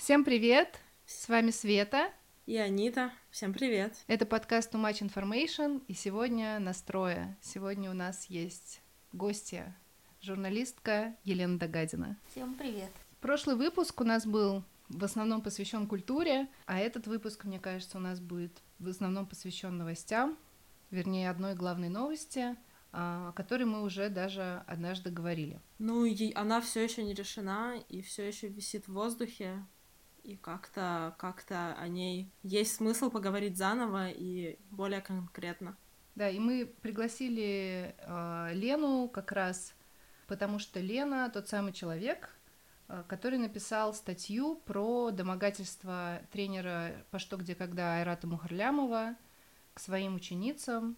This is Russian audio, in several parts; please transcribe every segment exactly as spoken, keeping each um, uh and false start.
Всем привет! С вами Света. И Анита. Всем привет! Это подкаст Too Much Information, и сегодня настроя. Сегодня у нас есть гостья, журналистка Елена Догадина. Всем привет! Прошлый выпуск у нас был в основном посвящен культуре, а этот выпуск, мне кажется, у нас будет в основном посвящен новостям, вернее, одной главной новости, о которой мы уже даже однажды говорили. Ну, и она все еще не решена и все еще висит в воздухе. И как-то, как-то о ней есть смысл поговорить заново и более конкретно. Да, и мы пригласили э, Лену как раз, потому что Лена тот самый человек, э, который написал статью про домогательство тренера по «Что, где, когда» Айрата Мухарлямова к своим ученицам.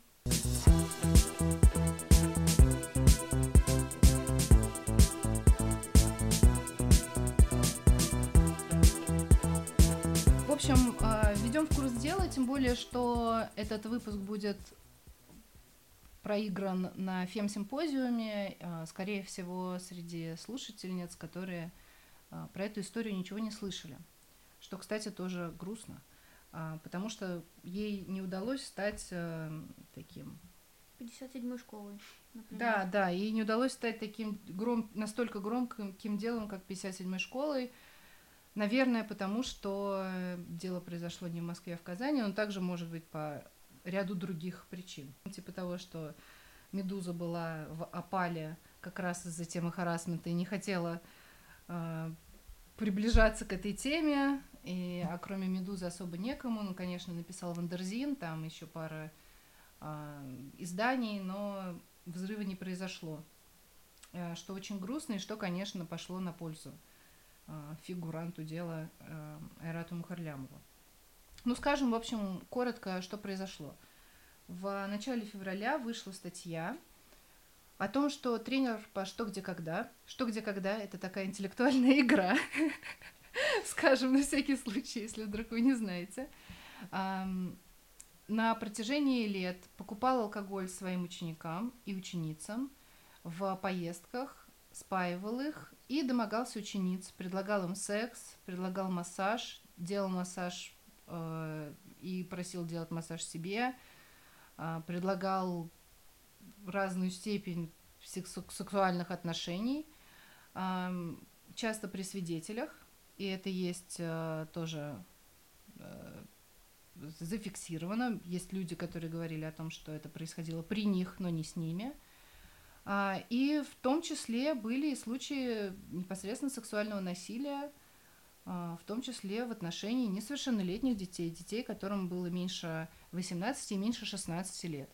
В общем, введем в курс дела, тем более, что этот выпуск будет проигран на фем-симпозиуме, скорее всего, среди слушательниц, которые про эту историю ничего не слышали. Что, кстати, тоже грустно, потому что ей не удалось стать таким... пятьдесят седьмой школой, например. Да, да, ей не удалось стать таким гром... настолько громким делом, как пятьдесят седьмой школой. Наверное, потому что дело произошло не в Москве, а в Казани, но также может быть по ряду других причин. Типа того, что «Медуза» была в опале как раз из-за темы харассмента и не хотела э, приближаться к этой теме, и, а кроме «Медузы» особо некому. Ну, конечно, написал Вандерзин, там еще пара э, изданий, но взрыва не произошло. Э, что очень грустно и что, конечно, пошло на пользу фигуранту дела э, Айрату Мухарлямову. Ну, скажем, в общем, коротко, что произошло. В начале февраля вышла статья о том, что тренер по «Что, где, когда». «Что, где, когда» — это такая интеллектуальная игра, скажем, на всякий случай, если вдруг вы не знаете, на протяжении лет покупал алкоголь своим ученикам и ученицам в поездках, спаивал их и домогался учениц, предлагал им секс, предлагал массаж, делал массаж э, и просил делать массаж себе, э, предлагал разную степень сексу- сексуальных отношений, э, часто при свидетелях, и это есть э, тоже э, зафиксировано. Есть люди, которые говорили о том, что это происходило при них, но не с ними. И в том числе были и случаи непосредственно сексуального насилия, в том числе в отношении несовершеннолетних детей, детей, которым было меньше восемнадцати и меньше шестнадцати лет.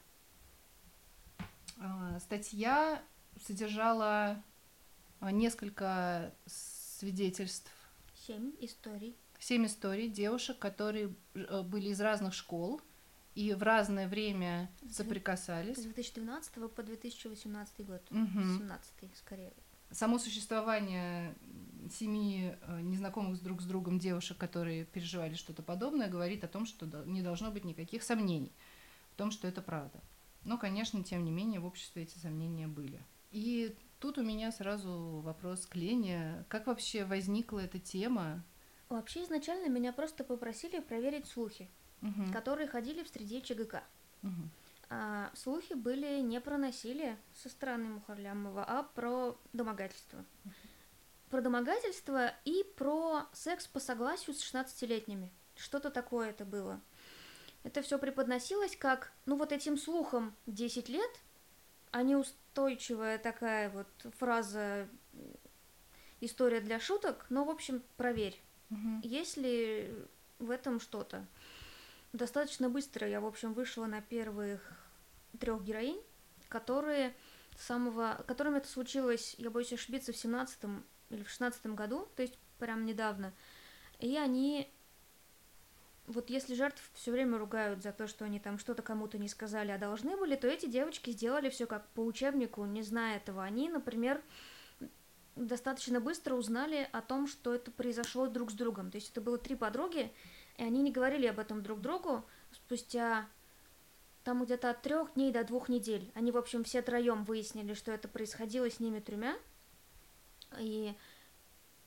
Статья содержала несколько свидетельств. Семь историй. Семь историй девушек, которые были из разных школ и в разное время соприкасались. С две тысячи двенадцатого по две тысячи восемнадцатый год. Угу. семнадцатый, скорее. Само существование семи незнакомых друг с другом девушек, которые переживали что-то подобное, говорит о том, что не должно быть никаких сомнений в том, что это правда. Но, конечно, тем не менее, в обществе эти сомнения были. И тут у меня сразу вопрос к Лене. Как вообще возникла эта тема? Вообще, изначально меня просто попросили проверить слухи, угу. которые ходили в среде ЧГК. Угу. А, слухи были не про насилие со стороны Мухарлямова, а про домогательство. Uh-huh. Про домогательство и про секс по согласию с шестнадцатилетними. Что-то такое это было. Это все преподносилось как, ну вот этим слухам десять лет, а не устойчивая такая вот фраза «история для шуток», но, в общем, проверь, uh-huh. есть ли в этом что-то. Достаточно быстро я, в общем, вышла на первых трех героинь, которые самого, которым это случилось, я боюсь ошибиться, в семнадцатом или в шестнадцатом году, то есть прям недавно. И они, вот если жертв все время ругают за то, что они там что-то кому-то не сказали, а должны были, то эти девочки сделали все как по учебнику, не зная этого. Они, например, достаточно быстро узнали о том, что это произошло друг с другом. То есть это было три подруги, и они не говорили об этом друг другу спустя там где-то от трех дней до двух недель. Они, в общем, все троем выяснили, что это происходило с ними тремя. И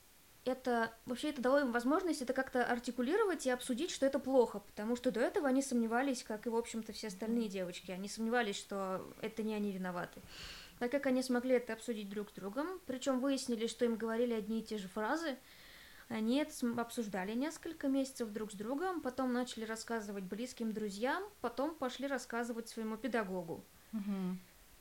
это вообще это дало им возможность это как-то артикулировать и обсудить, что это плохо, потому что до этого они сомневались, как и, в общем-то, все остальные девочки, они сомневались, что это не они виноваты. Так как они смогли это обсудить друг с другом, причем выяснили, что им говорили одни и те же фразы, они это обсуждали несколько месяцев друг с другом, потом начали рассказывать близким друзьям, потом пошли рассказывать своему педагогу, Мгм.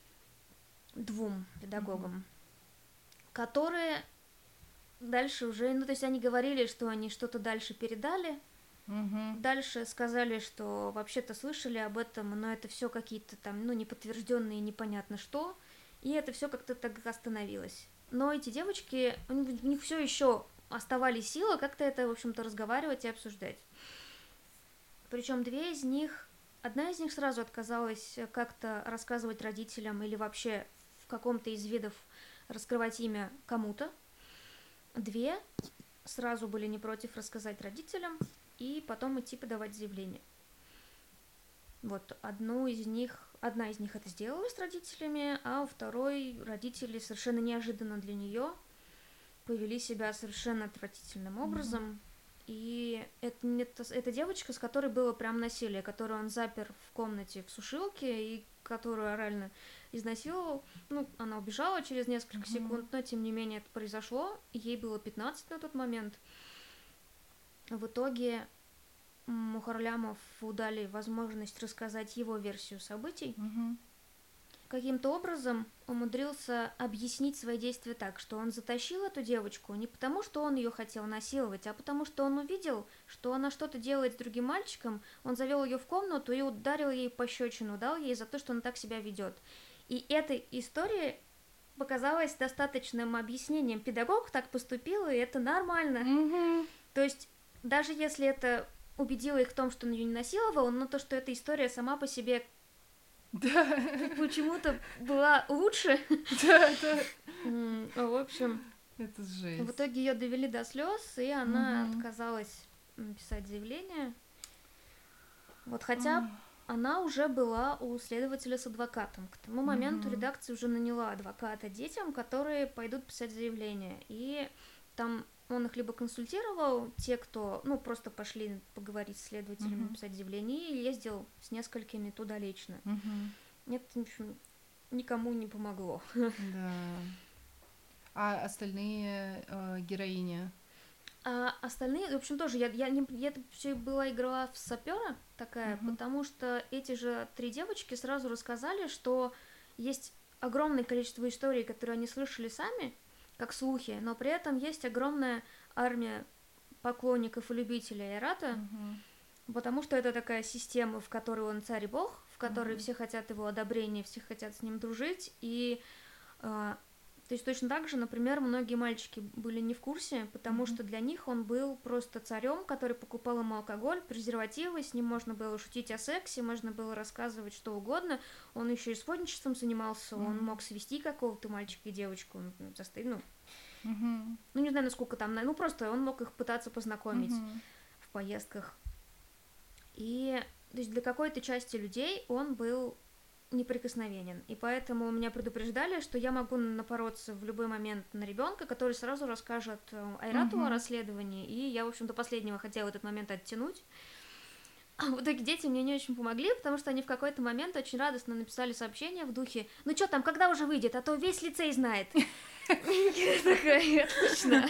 двум педагогам, которые дальше уже, ну то есть они говорили, что они что-то дальше передали, Мгм. дальше сказали, что вообще-то слышали об этом, но это все какие-то там, ну, неподтвержденные, непонятно что, и это все как-то так остановилось. Но эти девочки, у них, у них все еще оставались силы как-то это, в общем-то, разговаривать и обсуждать. Причем две из них, одна из них сразу отказалась как-то рассказывать родителям или вообще в каком-то из видов раскрывать имя кому-то. Две сразу были не против рассказать родителям и потом идти подавать заявление. Вот одну из них, одна из них это сделала с родителями, а у второй родители совершенно неожиданно для нее повели себя совершенно отвратительным образом. Mm-hmm. И это, это, это девочка, с которой было прям насилие, которую он запер в комнате в сушилке и которую орально изнасиловал. Ну, она убежала через несколько mm-hmm. секунд, но тем не менее это произошло. Ей было пятнадцать на тот момент. В итоге Мухарлямову дали возможность рассказать его версию событий. Мгм. Каким-то образом умудрился объяснить свои действия так, что он затащил эту девочку не потому, что он ее хотел насиловать, а потому, что он увидел, что она что-то делает с другим мальчиком, он завел ее в комнату и ударил ей пощечину, дал ей за то, что она так себя ведет. И эта история показалась достаточным объяснением. Педагог так поступил, и это нормально. Мгм. То есть, даже если это убедила их в том, что он ее не насиловал, но то, что эта история сама по себе Да, почему-то была лучше. да, да. М, В общем, Это жесть. в итоге ее довели до слез, и она Мгм. отказалась м, писать заявление. Вот хотя Ах. она уже была у следователя с адвокатом. К тому моменту Мгм. редакция уже наняла адвоката детям, которые пойдут писать заявление. И там он их либо консультировал, те, кто, ну, просто пошли поговорить с следователями, Мгм. писать заявление, и ездил с несколькими туда лично. Мгм. Это, в общем, никому не помогло. Да. А остальные э, героини? А остальные, в общем, тоже, я, я, не, я это все была игра в сапера такая, Мгм. потому что эти же три девочки сразу рассказали, что есть огромное количество историй, которые они слышали сами, как слухи, но при этом есть огромная армия поклонников и любителей Айрата, Мгм. потому что это такая система, в которой он царь и бог, в которой Мгм. все хотят его одобрения, все хотят с ним дружить, и а, то есть точно так же, например, многие мальчики были не в курсе, потому Мгм. что для них он был просто царем, который покупал ему алкоголь, презервативы, с ним можно было шутить о сексе, можно было рассказывать что угодно. Он еще и сводничеством занимался, он Мгм. мог свести какого-то мальчика и девочку, ну, заставить, ну, Мгм. ну, не знаю, насколько там, ну, просто он мог их пытаться познакомить Мгм. в поездках. И, то есть для какой-то части людей он был неприкосновенен. И поэтому меня предупреждали, что я могу напороться в любой момент на ребенка, который сразу расскажет э, Айрату Мгм. о расследовании, и я, в общем, до последнего хотела этот момент оттянуть. А в итоге дети мне не очень помогли, потому что они в какой-то момент очень радостно написали сообщение в духе: «Ну чё там, когда уже выйдет, а то весь лицей знает». Я такая: «Отлично».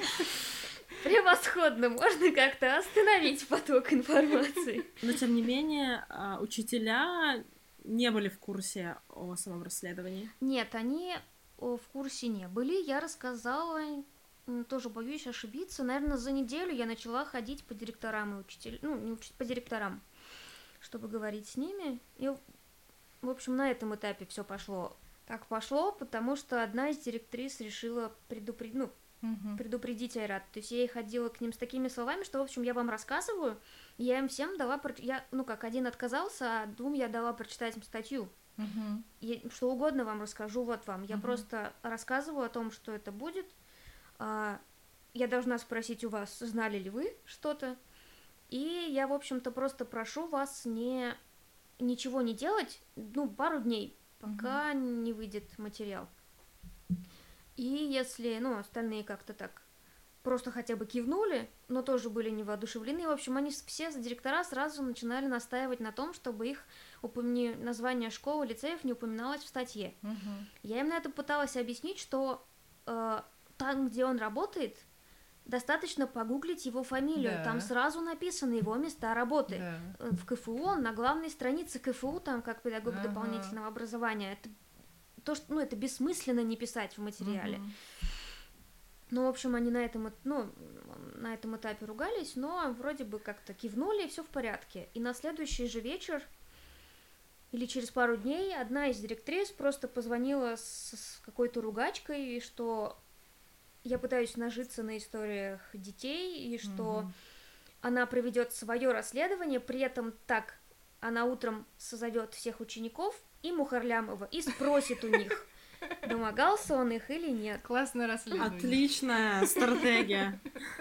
Превосходно, можно как-то остановить поток информации. Но, тем не менее, а, учителя не были в курсе о самом расследовании. Нет, они о, в курсе не были. Я рассказала, м, тоже боюсь ошибиться, наверное, за неделю я начала ходить по директорам и учителям, ну, не учить, по директорам, чтобы говорить с ними. И, в общем, на этом этапе все пошло. Так пошло, потому что одна из директрис решила предупредить, ну, Мгм. предупредить Айрат. То есть я ей ходила к ним с такими словами, что, в общем, я вам рассказываю, и я им всем дала, про- я, ну как, один отказался, а двум я дала прочитать им статью. Мгм. Я что угодно вам расскажу, вот вам. Я Мгм. просто рассказываю о том, что это будет. А, я должна спросить у вас, знали ли вы что-то. И я, в общем-то, просто прошу вас не ничего не делать, ну, пару дней, пока не выйдет материал. И если, ну, остальные как-то так просто хотя бы кивнули, но тоже были не воодушевлены. В общем, они все директора сразу начинали настаивать на том, чтобы их упомни... название школ и лицеев не упоминалось в статье. Угу. Я им на это пыталась объяснить, что э, там, где он работает, достаточно погуглить его фамилию, Да. там сразу написаны его места работы. Да. В КФУ, он на главной странице КФУ, там, как педагог Ага. дополнительного образования. Это то, что, ну, это бессмысленно не писать в материале. Мгм. Ну, в общем, они на этом, эт- ну, на этом этапе ругались, но вроде бы как-то кивнули, и все в порядке. И на следующий же вечер или через пару дней одна из директрис просто позвонила с, с какой-то ругачкой, что я пытаюсь нажиться на историях детей, и что Мгм. она проведет свое расследование, при этом так она утром созовет всех учеников и Мухарлямова и спросит у них, домогался он их или нет. Классное расследование. Отличная стратегия.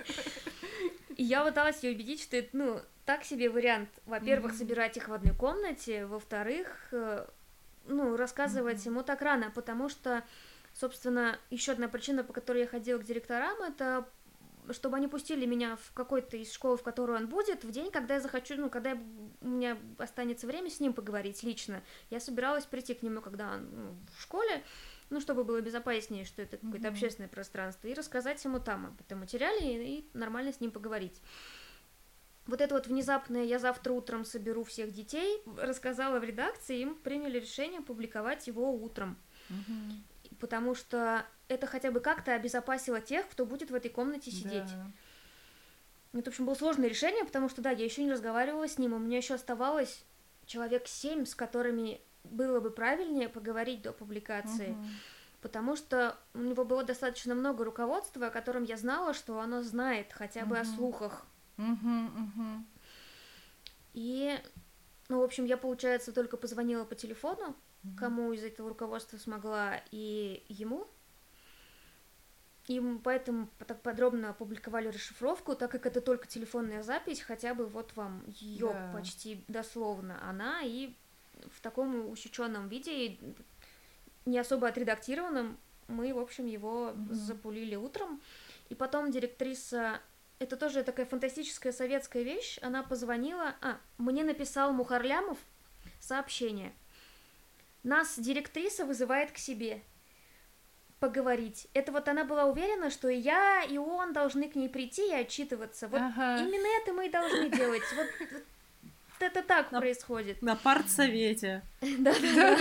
И я пыталась ее убедить, что это, ну, так себе вариант. Во-первых, Мгм. собирать их в одной комнате, во-вторых, э, ну, рассказывать Мгм. ему так рано, потому что, собственно, еще одна причина, по которой я ходила к директорам, это чтобы они пустили меня в какой-то из школ, в которой он будет, в день, когда я захочу, ну, когда я- у меня останется время с ним поговорить лично. Я собиралась прийти к нему, когда он ну, в школе, ну, чтобы было безопаснее, что это какое-то Мгм. общественное пространство, и рассказать ему там об этом материале и, и нормально с ним поговорить. Вот это вот внезапное «я завтра утром соберу всех детей» рассказала в редакции, им приняли решение публиковать его утром, Мгм. потому что это хотя бы как-то обезопасило тех, кто будет в этой комнате сидеть. Да. Это, в общем, было сложное решение, потому что, да, я еще не разговаривала с ним, у меня еще оставалось человек семь, с которыми было бы правильнее поговорить до публикации, Мгм. потому что у него было достаточно много руководства, о котором я знала, что оно знает хотя бы о Мгм. слухах. Мгм. Мгм. И, ну, в общем, я, получается, только позвонила по телефону, Мгм. кому из этого руководства смогла, и ему. И мы поэтому так подробно опубликовали расшифровку, так как это только телефонная запись, хотя бы вот вам ее Да. почти дословно она, и в таком усеченном виде, и не особо отредактированном, мы, в общем, его Мгм. запулили утром. И потом директриса, это тоже такая фантастическая советская вещь, она позвонила, а, мне написал Мухарлямов сообщение. Нас директриса вызывает к себе поговорить. Это вот она была уверена, что и я, и он должны к ней прийти и отчитываться. Вот Ага. именно это мы и должны делать. Вот, вот это так На- происходит. На партсовете. Да-да-да.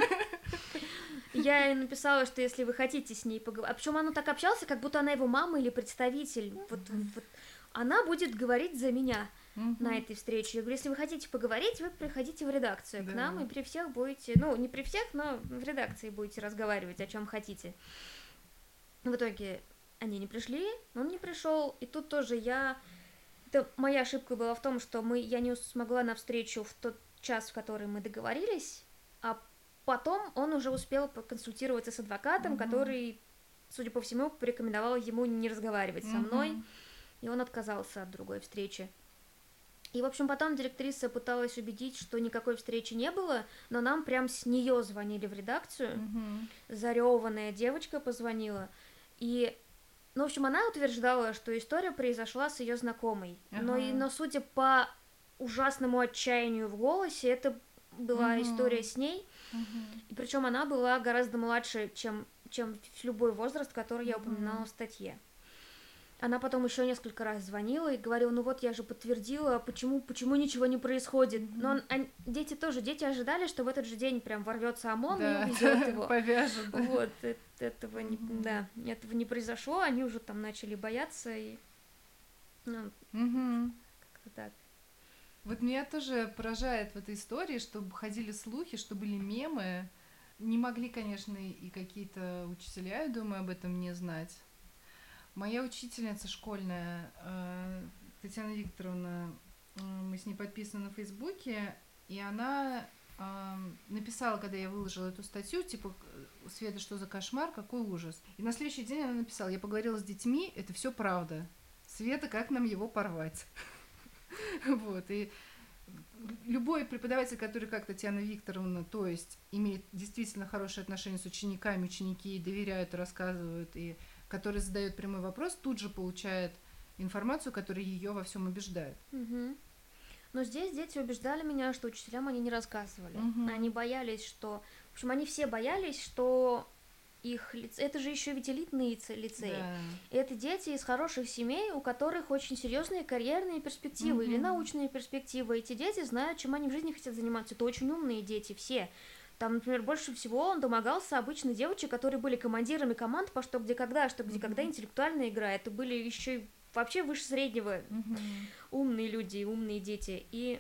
Я ей написала, что если вы хотите с ней поговорить... А причем она так общался, как будто она его мама или представитель. Вот, вот. Она будет говорить за меня Мгм. на этой встрече. Я говорю, если вы хотите поговорить, вы приходите в редакцию к Да. нам, и при всех будете... Ну, не при всех, но в редакции будете разговаривать, о чем хотите. В итоге они не пришли, он не пришел, и тут тоже я... Это моя ошибка была в том, что мы... я не смогла на встречу в тот час, в который мы договорились, а потом он уже успел поконсультироваться с адвокатом, Мгм. который, судя по всему, порекомендовал ему не разговаривать со Мгм. мной, и он отказался от другой встречи. И, в общем, потом директриса пыталась убедить, что никакой встречи не было, но нам прям с нее звонили в редакцию, Мгм. зареванная девочка позвонила, и, ну, в общем, она утверждала, что история произошла с ее знакомой, но, и, Ага. но судя по ужасному отчаянию в голосе, это была Мгм. история с ней, Мгм. и причем она была гораздо младше, чем, чем любой возраст, который я Мгм. упоминала в статье. Она потом еще несколько раз звонила и говорила, ну вот я же подтвердила, почему, почему ничего не происходит. Мгм. Но он- они- дети тоже, дети ожидали, что в этот же день прям ворвется ОМОН Да, и увезет его. повяжут, да. Вот, э- этого не, Мгм. да, этого не произошло, они уже там начали бояться и, ну, Мгм. как-то так. Вот меня тоже поражает в этой истории, что ходили слухи, что были мемы. Не могли, конечно, и какие-то учителя, я думаю, об этом не знать. Моя учительница школьная, э, Татьяна Викторовна, э, мы с ней подписаны на Фейсбуке, и она э, написала, когда я выложила эту статью, типа, Света, что за кошмар, какой ужас. И на следующий день она написала, я поговорила с детьми, это все правда. Света, как нам его порвать? Вот, и любой преподаватель, который, как Татьяна Викторовна, то есть имеет действительно хорошие отношения с учениками, ученики доверяют, рассказывают и который задает прямой вопрос, тут же получает информацию, которая ее во всем убеждает. Угу. Но здесь дети убеждали меня, что учителям они не рассказывали. Мгм. Они боялись, что... В общем, они все боялись, что их лицей... Это же еще ведь элитные лице- лицеи. Да. И это дети из хороших семей, у которых очень серьезные карьерные перспективы или Мгм. научные перспективы. Эти дети знают, чем они в жизни хотят заниматься. Это очень умные дети, все. Там, например, больше всего он домогался обычно девочек, которые были командирами команд по «Что, где, когда», «Что, где, когда» интеллектуальная игра. Это были еще и вообще выше среднего Мгм. умные люди, умные дети. И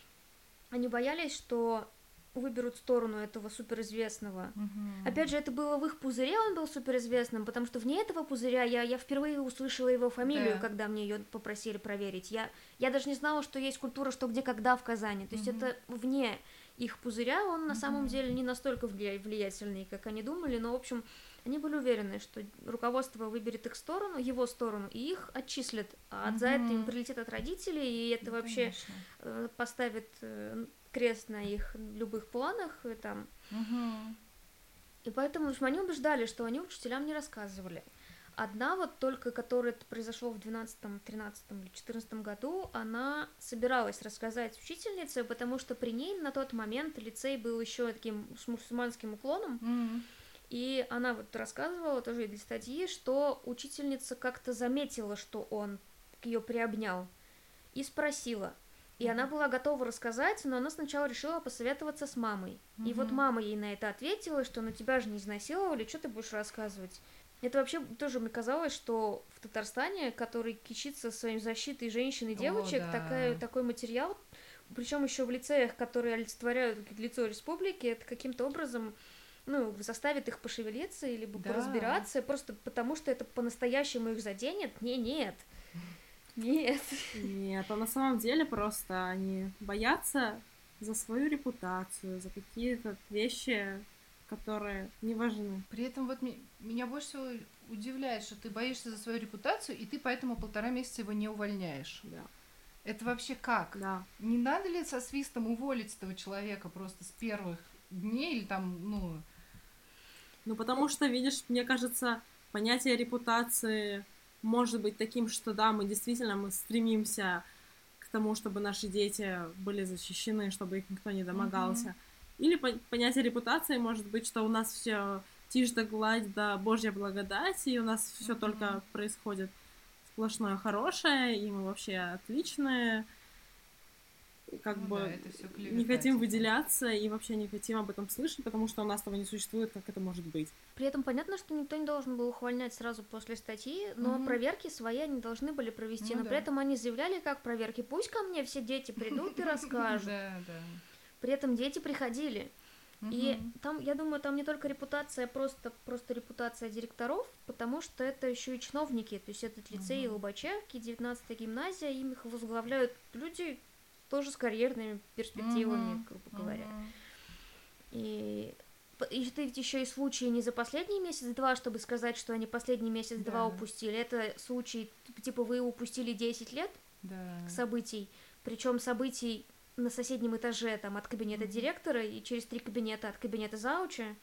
они боялись, что выберут сторону этого суперизвестного. Мгм. Опять же, это было в их пузыре, он был суперизвестным, потому что вне этого пузыря я, я впервые услышала его фамилию, Да. когда мне ее попросили проверить. Я, я даже не знала, что есть культура «Что, где, когда» в Казани. То есть Мгм. это вне их пузыря, он на самом Мгм. деле не настолько влия- влиятельный, как они думали, но, в общем, они были уверены, что руководство выберет их сторону, его сторону, и их отчислят, а за это им Мгм. прилетит от родителей, и это Ну, вообще конечно. э, поставит э, крест на их любых планах, и там. Мгм. И поэтому в общем, они убеждали, что они учителям не рассказывали. Одна вот только, которая это произошло в двенадцатом, тринадцатом или четырнадцатом году, она собиралась рассказать учительнице, потому что при ней на тот момент лицей был еще таким с мусульманским уклоном, Мгм. и она вот рассказывала тоже для статьи, что учительница как-то заметила, что он ее приобнял, и спросила. И она была готова рассказать, но она сначала решила посоветоваться с мамой. И вот Мгм. мама ей на это ответила, что ну тебя же не изнасиловали, что ты будешь рассказывать? Это вообще тоже мне казалось, что в Татарстане, который кичится своей защитой женщин и О, девочек, да. такая, такой материал, причем еще в лицеях, которые олицетворяют лицо республики, это каким-то образом ну, заставит их пошевелиться или Да. поразбираться, просто потому что это по-настоящему их заденет. Не, нет. Нет. Нет, а на самом деле просто они боятся за свою репутацию, за какие-то вещи, которые не важны. При этом вот ми- меня больше всего удивляет, что ты боишься за свою репутацию, и ты поэтому полтора месяца его не увольняешь. Да, Это вообще как? да. Не надо ли со свистом уволить этого человека просто с первых дней или там, ну... Ну, потому что, видишь, мне кажется, понятие репутации может быть таким, что да, мы действительно мы стремимся к тому, чтобы наши дети были защищены, чтобы их никто не домогался. Мгм. Или по- понятие репутации может быть, что у нас все тишь да гладь, да Божья благодать, и у нас все Мгм. только происходит сплошное хорошее, и мы вообще отличные, и как Ну бы да, это всё клевета, не хотим типа. выделяться и вообще не хотим об этом слышать, потому что у нас того не существует, как это может быть. При этом понятно, что никто не должен был увольнять сразу после статьи, но Мгм. проверки свои они должны были провести. Ну но да. при этом они заявляли, как проверки. Пусть ко мне все дети придут и расскажут. Да, да. При этом дети приходили. И Мгм. там, я думаю, там не только репутация, просто, просто репутация директоров, потому что это еще и чиновники. То есть этот лицей Мгм. Лобачевки, девятнадцатая гимназия, им их возглавляют люди тоже с карьерными перспективами, Мгм. грубо говоря. Мгм. И, п- и это ведь еще и случаи не за последний месяц-два, чтобы сказать, что они последний месяц-два Да. упустили. Это случай, типа вы упустили десять лет Да. событий, причем событий на соседнем этаже там от кабинета Мгм. директора и через три кабинета от кабинета зауча.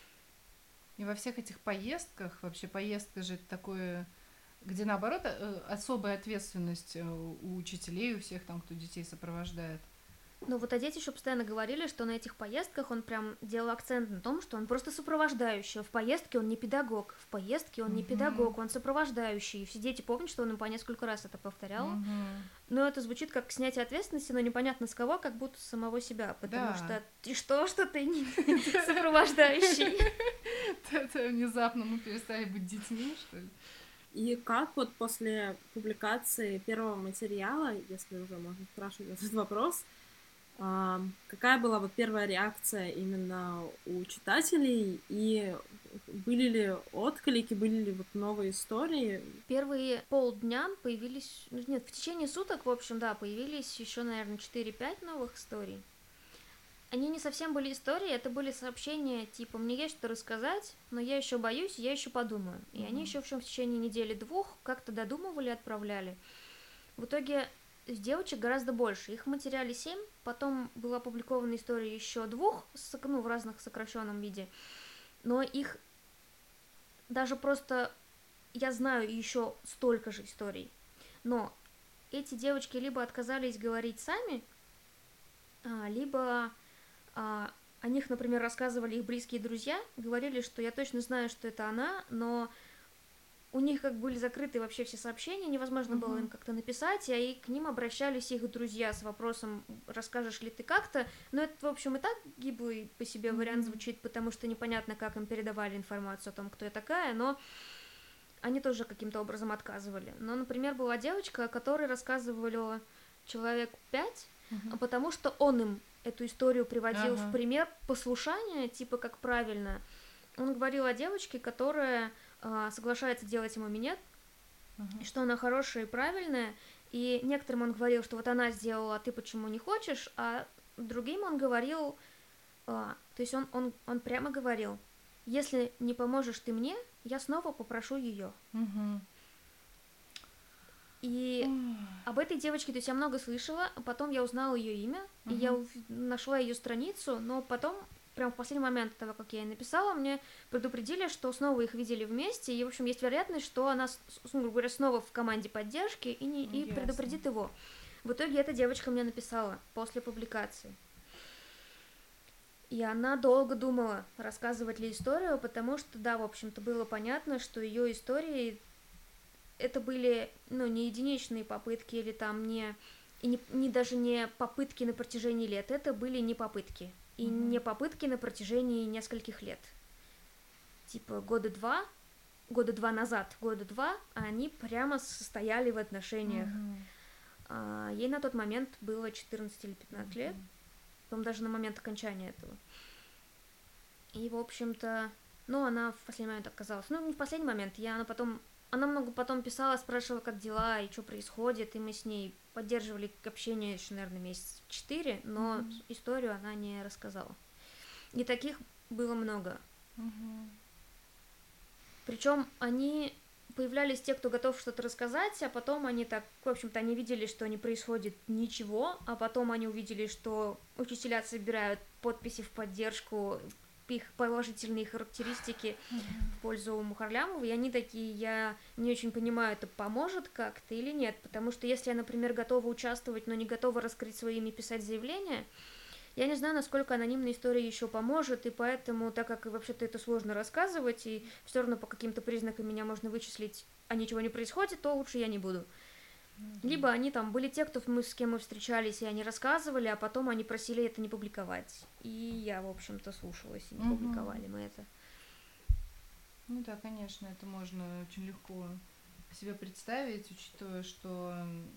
И во всех этих поездках, вообще поездка же это такое, где наоборот э, особая ответственность э, у учителей, у всех там, кто детей сопровождает. Но вот а дети еще постоянно говорили, что на этих поездках он прям делал акцент на том, что он просто сопровождающий. В поездке он не педагог, в поездке он не Мгм. педагог, он сопровождающий. И все дети помнят, что он им по несколько раз это повторял. Мгм. Но это звучит как снятие ответственности, но непонятно с кого, как будто с самого себя. Потому Да. что ты что, что ты не сопровождающий? Это внезапно мы перестали быть детьми, что ли? И как вот после публикации первого материала, если уже можно спрашивать этот вопрос, а, какая была вот первая реакция именно у читателей, и были ли отклики, были ли вот новые истории? Первые полдня появились... ну, Нет, в течение суток, в общем, да, появились еще, наверное, четыре-пять новых историй. Они не совсем были истории, это были сообщения типа «мне есть что рассказать, но я еще боюсь, я еще подумаю». И они еще в общем в течение недели-двух как-то додумывали и отправляли. В итоге с девочек гораздо больше. Их в материале семь, потом была опубликована история еще двух, ну, в разных сокращенном виде. Но их даже просто я знаю еще столько же историй, но эти девочки либо отказались говорить сами, а, либо а, о них, например, рассказывали их близкие друзья, говорили, что я точно знаю, что это она, но у них как были закрыты вообще все сообщения, невозможно uh-huh. было им как-то написать, и к ним обращались их друзья с вопросом, расскажешь ли ты как-то, но это, в общем, и так гиблый по себе uh-huh. вариант звучит, потому что непонятно, как им передавали информацию о том, кто я такая, но они тоже каким-то образом отказывали. Но, например, была девочка, о которой рассказывали человек пять, uh-huh. потому что он им эту историю приводил uh-huh. в пример послушания, типа как правильно. Он говорил о девочке, которая э, соглашается делать ему минет, uh-huh. что она хорошая и правильная, и некоторым он говорил, что вот она сделала, а ты почему не хочешь, а другим он говорил, э, то есть он, он, он прямо говорил, если не поможешь ты мне, я снова попрошу ее. Uh-huh. И uh-huh. об этой девочке, то есть я много слышала, а потом я узнала ее имя, uh-huh. и я нашла ее страницу, но потом прям в последний момент того, как я ей написала, мне предупредили, что снова их видели вместе, и, в общем, есть вероятность, что она, грубо говоря, снова в команде поддержки и, не, и предупредит его. В итоге эта девочка мне написала после публикации. И она долго думала, рассказывать ли историю, потому что, да, в общем-то, было понятно, что ее истории, это были, ну, не единичные попытки, или там не, и не, не даже не попытки на протяжении лет, это были не попытки. И mm-hmm. не попытки на протяжении нескольких лет. Типа года два, года два назад, года два, они прямо состояли в отношениях. Mm-hmm. А, ей на тот момент было четырнадцать или пятнадцать mm-hmm. лет, по-моему, даже на момент окончания этого. И, в общем-то, ну, она в последний момент отказалась. Ну, не в последний момент, я, она потом, она много потом писала, спрашивала, как дела и что происходит, и мы с ней поддерживали общение еще, наверное, месяц четыре, но mm-hmm. историю она не рассказала. И таких было много. Mm-hmm. Причем они появлялись те, кто готов что-то рассказать, а потом они так, в общем-то, они видели, что не происходит ничего, а потом они увидели, что учителя собирают подписи в поддержку, их положительные характеристики mm-hmm. в пользу Мухарлямовой, и они такие, я не очень понимаю, это поможет как-то или нет, потому что если я, например, готова участвовать, но не готова раскрыть свое имя и писать заявление, я не знаю, насколько анонимная история еще поможет, и поэтому, так как вообще-то это сложно рассказывать, и все равно по каким-то признакам меня можно вычислить, а ничего не происходит, то лучше я не буду. Mm-hmm. Либо они там были те, кто мы, с кем мы встречались, и они рассказывали, а потом они просили это не публиковать. И я, в общем-то, слушалась, и не mm-hmm. публиковали мы это. Ну да, конечно, это можно очень легко себе представить, учитывая, что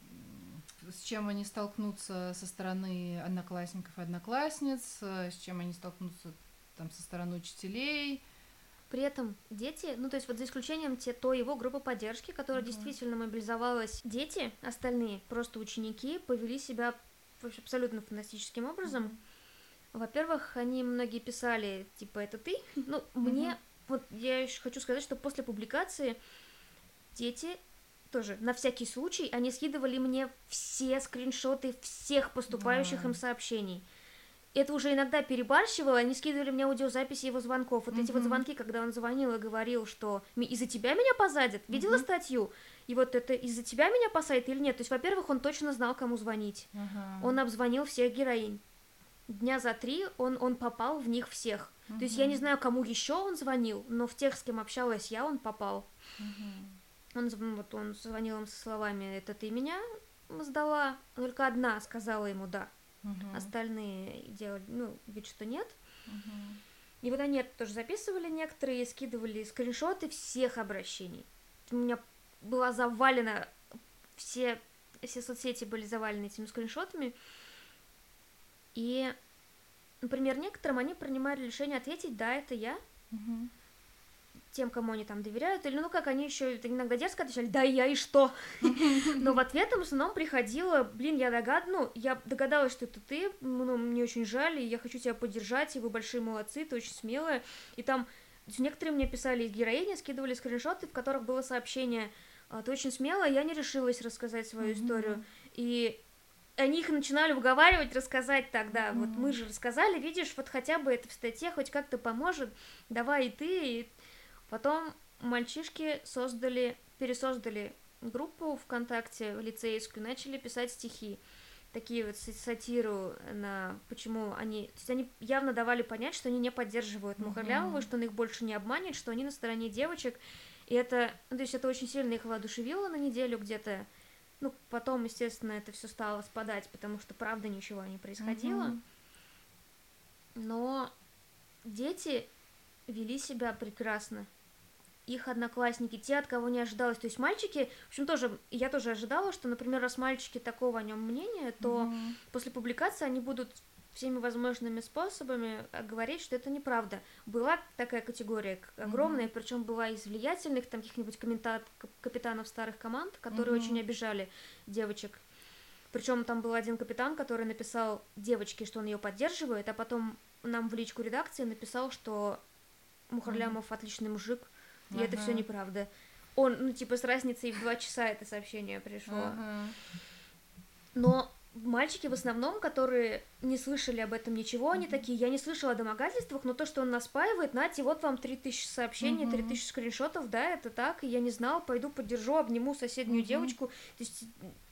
с чем они столкнутся со стороны одноклассников и одноклассниц, с чем они столкнутся там со стороны учителей. При этом дети, ну то есть вот за исключением те, то его группы поддержки, которая uh-huh. действительно мобилизовалась, дети, остальные, просто ученики, повели себя абсолютно фантастическим образом. Uh-huh. Во-первых, они многие писали, типа, это ты? Ну, uh-huh. мне, вот я еще хочу сказать, что после публикации дети тоже, на всякий случай, они скидывали мне все скриншоты всех поступающих uh-huh. им сообщений. Это уже иногда перебарщивало, они скидывали мне аудиозаписи его звонков. Вот uh-huh. эти вот звонки, когда он звонил и говорил, что из-за тебя меня посадят, видела uh-huh. статью? И вот это из-за тебя меня посадят или нет? То есть, во-первых, он точно знал, кому звонить. Uh-huh. Он обзвонил всех героинь. Дня за три он, он попал в них всех. Uh-huh. То есть я не знаю, кому еще он звонил, но в тех, с кем общалась я, он попал. Uh-huh. Он, вот, он звонил им со словами, это ты меня сдала? Только одна сказала ему да. Uh-huh. Остальные делали, ну, вид, что нет. Uh-huh. И вот они это тоже записывали некоторые, скидывали скриншоты всех обращений. У меня была завалена, все, все соцсети были завалены этими скриншотами. И, например, некоторым они принимали решение ответить, да, это я. Uh-huh. Тем, кому они там доверяют, или ну как, они еще иногда дерзко отвечали, да я и что? Но в ответ им в основном приходило, блин, я догад... ну, я догадалась, что это ты, ну, мне очень жаль, и я хочу тебя поддержать, и вы большие молодцы, ты очень смелая, и там некоторые мне писали из героини, скидывали скриншоты, в которых было сообщение, ты очень смелая, я не решилась рассказать свою историю, и они их начинали уговаривать, рассказать тогда, вот мы же рассказали, видишь, вот хотя бы это в статье хоть как-то поможет, давай и ты, и потом мальчишки создали, пересоздали группу ВКонтакте лицейскую, начали писать стихи. Такие вот сатиру на почему они... То есть они явно давали понять, что они не поддерживают Мухорлямову, mm-hmm. что он их больше не обманет, что они на стороне девочек. И это... То есть это очень сильно их воодушевило на неделю где-то. Ну, потом, естественно, это все стало спадать, потому что, правда, ничего не происходило. Mm-hmm. Но дети вели себя прекрасно. Их одноклассники, те, от кого не ожидалось. То есть мальчики, в общем, тоже, я тоже ожидала, что, например, раз мальчики такого о нем мнения, то mm-hmm. после публикации они будут всеми возможными способами говорить, что это неправда. Была такая категория огромная, mm-hmm. причем была из влиятельных, там, каких-нибудь коммента... капитанов старых команд, которые mm-hmm. очень обижали девочек. Причем там был один капитан, который написал девочке, что он ее поддерживает, а потом нам в личку редакции написал, что Мухорлямов mm-hmm. отличный мужик, и ага. это все неправда. Он, ну, типа, с разницей в два часа это сообщение пришло. Ага. Но мальчики в основном, которые не слышали об этом ничего, они mm-hmm. такие, я не слышала о домогательствах, но то, что он нас спаивает, нате, вот вам три тысячи сообщений, три тысячи mm-hmm. скриншотов, да, это так, и я не знала, пойду поддержу, обниму соседнюю mm-hmm. девочку. То есть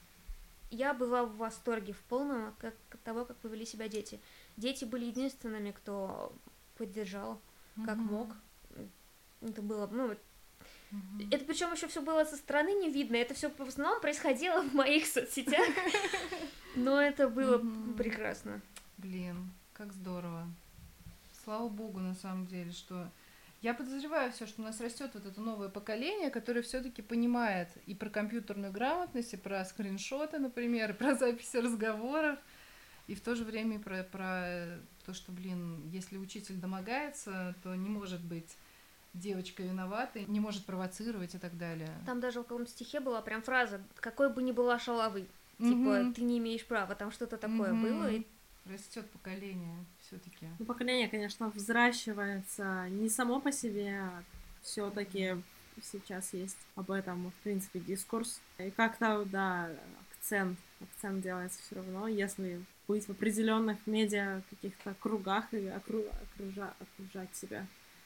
я была в восторге в полном от, от того, как повели себя дети. Дети были единственными, кто поддержал, как mm-hmm. мог. Это было, ну, mm-hmm. это причем еще все было со стороны не видно, это все в основном происходило в моих соцсетях, но это было mm-hmm. прекрасно. Блин, как здорово. Слава богу, на самом деле, что я подозреваю все, что у нас растет вот это новое поколение, которое все-таки понимает и про компьютерную грамотность, и про скриншоты, например, и про записи разговоров, и в то же время и про, про то, что, блин, если учитель домогается, то не может быть девочка виновата, не может провоцировать и так далее. Там даже в каком-то стихе была прям фраза, какой бы ни была шалавы, mm-hmm. типа, ты не имеешь права, там что-то такое mm-hmm. было. И... Растет поколение все-таки. Ну, поколение, конечно, взращивается не само по себе, а все-таки сейчас есть об этом, в принципе, дискурс. И как-то, да, акцент, акцент делается все равно, если быть в определенных медиа каких-то кругах и окру... окружа... окружать себя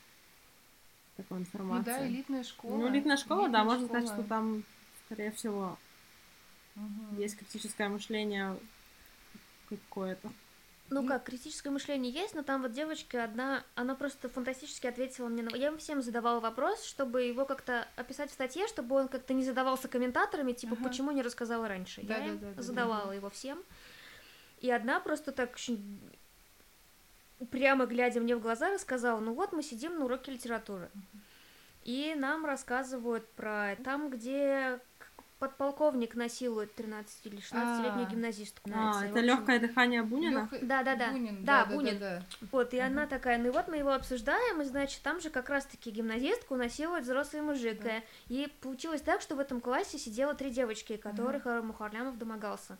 такой информацией. Ну да, элитная школа. Ну, элитная школа, элитная да, можно школа. Сказать, что там, скорее всего, угу. есть критическое мышление какое-то. Ну как, критическое мышление есть, но там вот девочка одна, она просто фантастически ответила мне на... Я им всем задавала вопрос, чтобы его как-то описать в статье, чтобы он как-то не задавался комментаторами, типа, ага. почему не рассказала раньше. Да, Я да, им да, задавала да. его всем. И одна просто так очень прямо глядя мне в глаза рассказала, ну вот мы сидим на уроке литературы, uh-huh. и нам рассказывают про там, где подполковник насилует тринадцати- или шестнадцатилетнюю гимназистку. А, это легкое дыхание Бунина? Да-да-да. Бунин, да, да, Бунин. Да, да, да. Вот, и uh-huh. она такая, ну вот мы его обсуждаем, и, значит, там же как раз-таки гимназистку насилует взрослый мужик. Uh-huh. И получилось так, что в этом классе сидело три девочки, которых uh-huh. Мухорлямов домогался.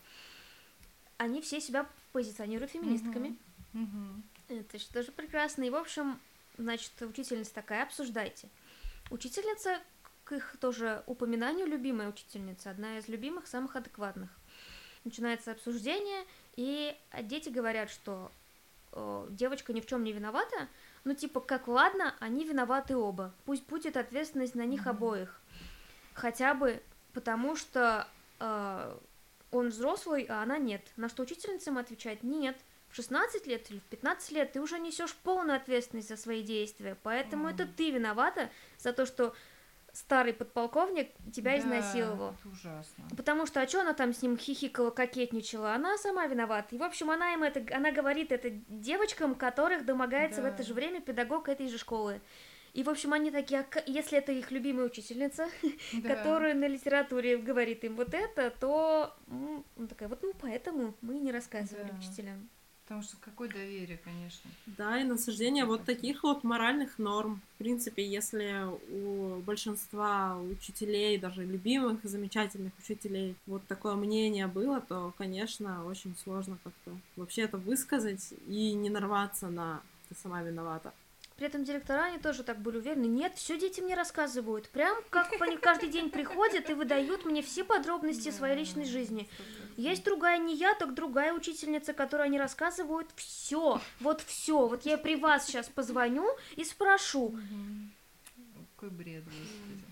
Они все себя позиционируют феминистками. Uh-huh. Uh-huh. Это же тоже прекрасно. И, в общем, значит, учительница такая, обсуждайте. Учительница, к их тоже упоминанию, любимая учительница, одна из любимых, самых адекватных. Начинается обсуждение, и дети говорят, что о, девочка ни в чем не виновата, ну, типа, как ладно, они виноваты оба. Пусть будет ответственность на них mm-hmm. обоих. Хотя бы потому, что э, он взрослый, а она нет. На что учительница ему отвечает, нет. В шестнадцать лет или в пятнадцать лет ты уже несешь полную ответственность за свои действия, поэтому mm. это ты виновата за то, что старый подполковник тебя да, изнасиловал. Это ужасно. Потому что, а что она там с ним хихикала, кокетничала? Она сама виновата. И, в общем, она им это, она говорит это девочкам, которых домогается да. в это же время педагог этой же школы. И, в общем, они такие, а если это их любимая учительница, да. которая на литературе говорит им вот это, то ну, такая, вот ну поэтому мы не рассказывали да. учителям. Потому что какое доверие, конечно. Да, и насаждение вот таких вот моральных норм. В принципе, если у большинства учителей, даже любимых, замечательных учителей, вот такое мнение было, то, конечно, очень сложно как-то вообще это высказать и не нарваться на «ты сама виновата». При этом директора, они тоже так были уверены. Нет, все дети мне рассказывают. Прям как они каждый день приходят и выдают мне все подробности своей личной жизни. Есть другая, не я, так другая учительница, которой они рассказывают все. Вот все. Вот я при вас сейчас позвоню и спрошу. какой бред, господи.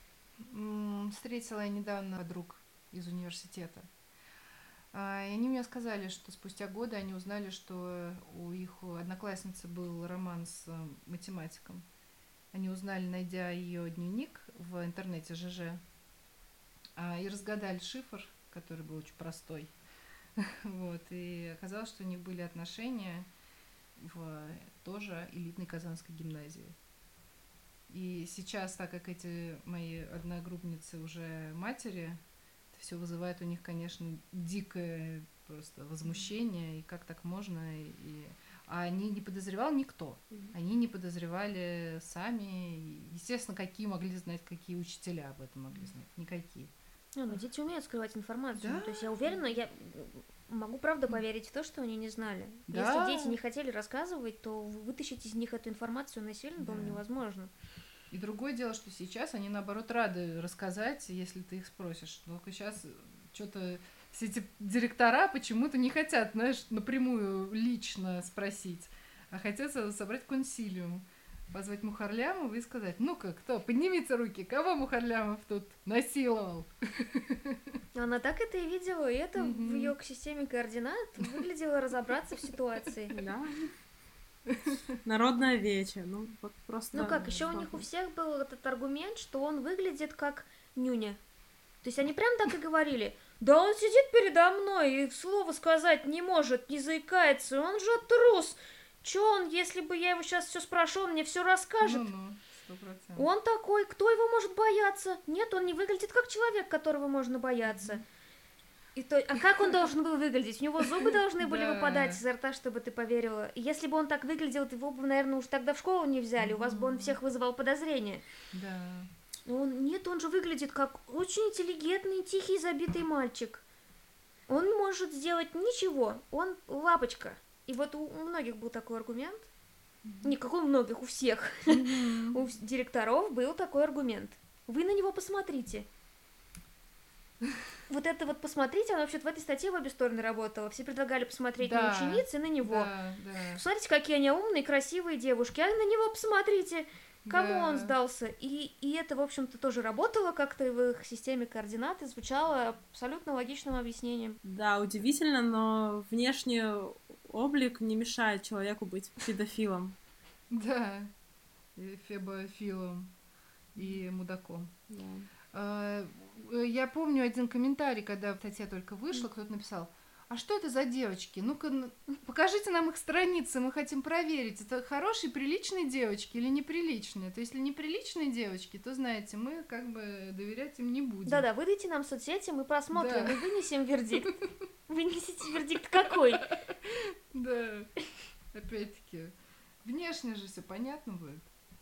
М, Встретила я недавно подруг из университета. А, И они мне сказали, что спустя годы они узнали, что у их одноклассницы был роман с э, математиком. Они узнали, найдя ее дневник в интернете ЖЖ, а, и разгадали шифр, который был очень простой. Вот, и оказалось, что у них были отношения в тоже элитной казанской гимназии. И сейчас, так как эти мои одногруппницы уже матери, это все вызывает у них, конечно, дикое просто возмущение, и как так можно, и... и- А они не подозревал никто. Мгм. Они не подозревали сами. И, естественно, какие могли знать, какие учителя об этом могли знать. Никакие. Не, ну дети умеют скрывать информацию. Да. Ну, то есть я уверена, я могу правда поверить в то, что они не знали. Да. Если дети не хотели рассказывать, то вытащить из них эту информацию насильно, по-моему, Да. невозможно. И другое дело, что сейчас они, наоборот, рады рассказать, если ты их спросишь. Только сейчас что-то все эти директора почему-то не хотят, знаешь, напрямую лично спросить, а хотят со- собрать консилиум, позвать Мухарлямова и сказать: ну-ка, кто, поднимите руки, кого Мухарлямов тут насиловал? Она так это и видела, и это в Мгм. ее системе координат выглядело разобраться в ситуации. Да. Народное вече. Ну, вот просто... Ну как, еще у них у всех был этот аргумент, что он выглядит как нюня. То есть они прям так и говорили: да он сидит передо мной и слова сказать не может, не заикается, он же трус. Че он, если бы я его сейчас все спрошу, он мне все расскажет. Ну-ну, сто процентов. Он такой, кто его может бояться? Нет, он не выглядит как человек, которого можно бояться. И то, а как он должен был выглядеть? У него зубы должны были Да. выпадать изо рта, чтобы ты поверила. И если бы он так выглядел, то его бы, наверное, уж тогда в школу не взяли, у вас бы он всех вызывал подозрения. Да. Но он, нет, он же выглядит как очень интеллигентный, тихий, забитый мальчик. Он не может сделать ничего, он лапочка. И вот у, у многих был такой аргумент. Не как у многих, у всех. У вс- директоров был такой аргумент. Вы на него посмотрите. Вот это вот посмотрите, оно вообще-то в этой статье в обе стороны работало. Все предлагали посмотреть на Да. учениц и на него. Да, да. Посмотрите, какие они умные, красивые девушки, а на него посмотрите, кому Да. он сдался. И, и это, в общем-то, тоже работало как-то в их системе координат и звучало абсолютно логичным объяснением. Да, удивительно, но внешний облик не мешает человеку быть педофилом. Да. И фебофилом и мудаком. Да. А, э, Я помню один комментарий, когда статья только вышла, кто-то написал: а что это за девочки? Ну-ка, н- покажите нам их страницы, мы хотим проверить, это хорошие, приличные девочки или неприличные. То есть, если неприличные девочки, то, знаете, мы как бы доверять им не будем. Да-да, выдайте нам соцсети, мы просмотрим Да. и вынесем вердикт. Вынесите вердикт какой? Да, опять-таки, внешне же все понятно будет.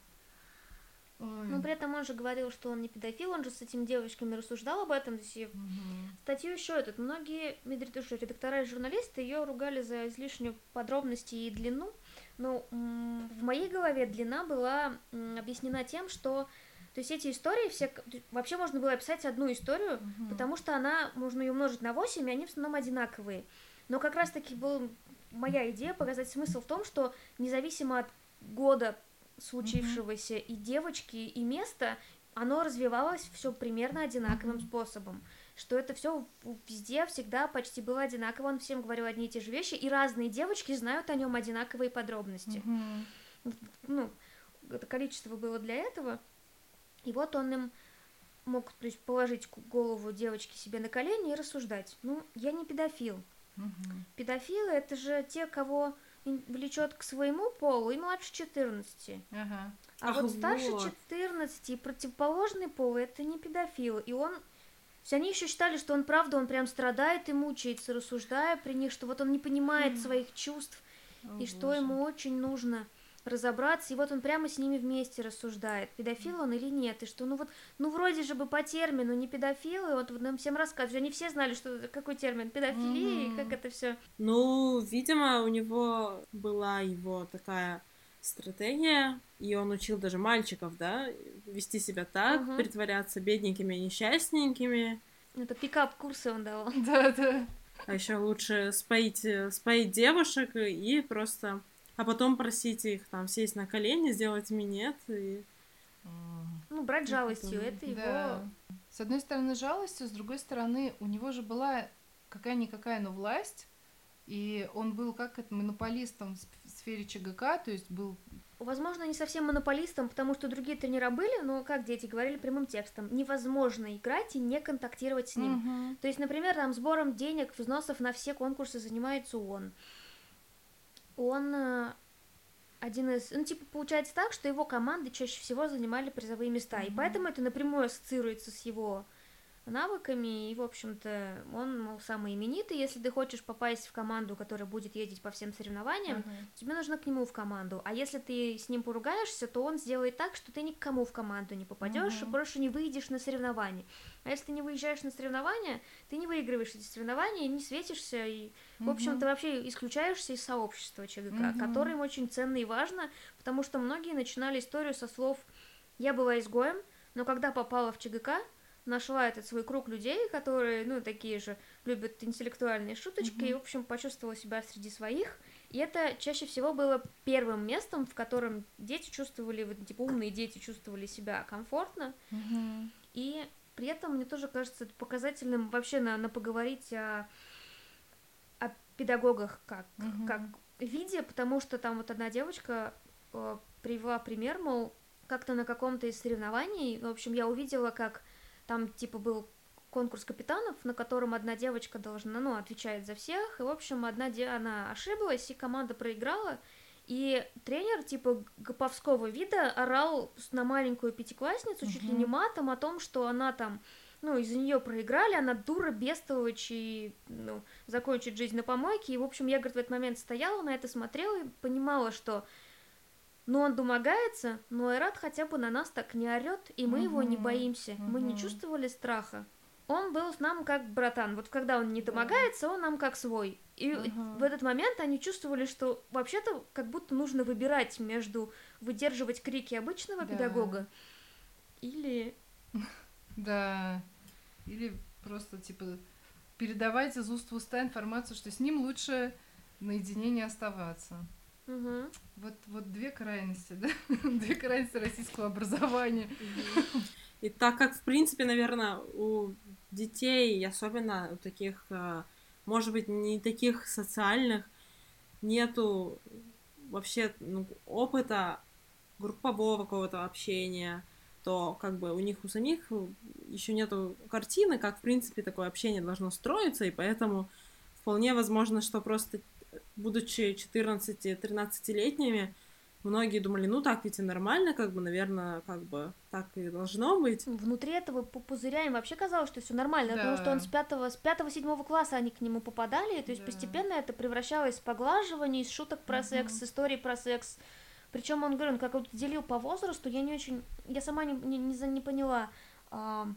Ой. Но при этом он же говорил, что он не педофил, он же с этими девочками рассуждал об этом. То есть и Мгм. статью еще этот. Многие медритуши, редактора и журналисты ее ругали за излишнюю подробность и длину. Но м, в моей голове длина была м, объяснена тем, что то есть эти истории все... к- Вообще можно было описать одну историю, Мгм. потому что она, можно ее умножить на восемь, и они в основном одинаковые. Но как раз-таки была моя идея показать смысл в том, что независимо от года случившегося и девочки, и места, оно развивалось все примерно одинаковым Мгм. способом. Что это все везде всегда почти было одинаково, он всем говорил одни и те же вещи, и разные девочки знают о нем одинаковые подробности. Мгм. Ну, это количество было для этого. И вот он им мог, то есть, положить ку- голову девочки себе на колени и рассуждать. Ну, я не педофил. Мгм. Педофилы — это же те, кого ин- влечет к своему полу и младше четырнадцати. Ага. А Ах, вот старше вот. четырнадцати и противоположный пол — это не педофил. И он... То есть они еще считали, что он правда, он прям страдает и мучается, рассуждая при них, что вот он не понимает своих чувств, О, и что боже. ему очень нужно разобраться, и вот он прямо с ними вместе рассуждает, педофил он или нет, и что, ну вот, ну вроде же бы по термину не педофил, и вот нам всем рассказывают, они все знали, что какой термин, педофилия, и как Мгм. это все. Ну, видимо, у него была его такая стратегия, и он учил даже мальчиков, да, вести себя так, Мгм. притворяться бедненькими и несчастненькими, Это пикап-курсы он давал. Да, да. а еще лучше споить, э, споить девушек и просто... А потом просить их там сесть на колени, сделать минет и... М. Ну, брать жалостью, это его... Да. С одной стороны, жалостью, с другой стороны, у него же была какая-никакая, но власть, и он был как это монополистом в сфере ЧГК, то есть был... Возможно, не совсем монополистом, потому что другие тренера были, но, как дети говорили прямым текстом, невозможно играть и не контактировать с ним. Угу. То есть, например, там сбором денег, взносов на все конкурсы занимается он. Он э, один из... Ну, типа, получается так, что его команды чаще всего занимали призовые места, Мгм. и поэтому это напрямую ассоциируется с его навыками, и, в общем-то, он, мол, самый именитый. Если ты хочешь попасть в команду, которая будет ездить по всем соревнованиям, Ага. тебе нужно к нему в команду. А если ты с ним поругаешься, то он сделает так, что ты никому в команду не попадешь Мгм. и больше не выйдешь на соревнования. А если ты не выезжаешь на соревнования, ты не выигрываешь эти соревнования, не светишься, и, в общем-то, вообще исключаешься из сообщества ЧГК, Мгм. которым очень ценно и важно, потому что многие начинали историю со слов «я была изгоем, но когда попала в ЧГК, нашла этот свой круг людей, которые, ну, такие же, любят интеллектуальные шуточки, Мгм. и, в общем, почувствовала себя среди своих. И это чаще всего было первым местом, в котором дети чувствовали, вот, типа, умные дети чувствовали себя комфортно. Мгм. И при этом, мне тоже кажется это показательным вообще на, на поговорить о, о педагогах как, Мгм. как виде, потому что там вот одна девочка э, привела пример, мол, как-то на каком-то из соревнований, в общем, я увидела, как там, типа, был конкурс капитанов, на котором одна девочка должна, ну, отвечает за всех, и, в общем, одна де... она ошиблась, и команда проиграла, и тренер, типа, гоповского вида орал на маленькую пятиклассницу, чуть ли не Мгм. матом, о том, что она там, ну, из-за нее проиграли, она дура, бестолочь, и, ну, закончит жизнь на помойке, и, в общем, я, говорит, в этот момент стояла, на это смотрела и понимала, что ну, он домогается, но Айрат хотя бы на нас так не орет, и мы его не Мгм. боимся. Мы не Мгм. чувствовали страха. Он был с нам как братан. Вот когда он не Да. домогается, он нам как свой. И Ага. в этот момент они чувствовали, что вообще-то как будто нужно выбирать между выдерживать крики обычного Да. педагога или... Да. Или просто, типа, передавать из уст в уста информацию, что с ним лучше наедине не оставаться. Мгм. Вот, вот две крайности, да? Две крайности российского образования. И так как, в принципе, наверное, у детей, особенно у таких, э, может быть, не таких социальных, нету вообще ну, опыта группового какого-то общения, то как бы у них у самих еще нету картины, как, в принципе, такое общение должно строиться, и поэтому вполне возможно, что просто, будучи четырнадцати-тринадцатилетними, многие думали, ну так ведь и нормально, как бы, наверное, как бы так и должно быть. Внутри этого пу- пузыря им вообще казалось, что все нормально, Да. потому что он с пятого, с пятого-седьмого класса они к нему попадали, то есть Да. постепенно это превращалось в поглаживание, из шуток про Мгм. секс, с историй про секс. Причем он, говорю, он как вот делил по возрасту, я не очень, я сама не, не, не, за- не поняла а,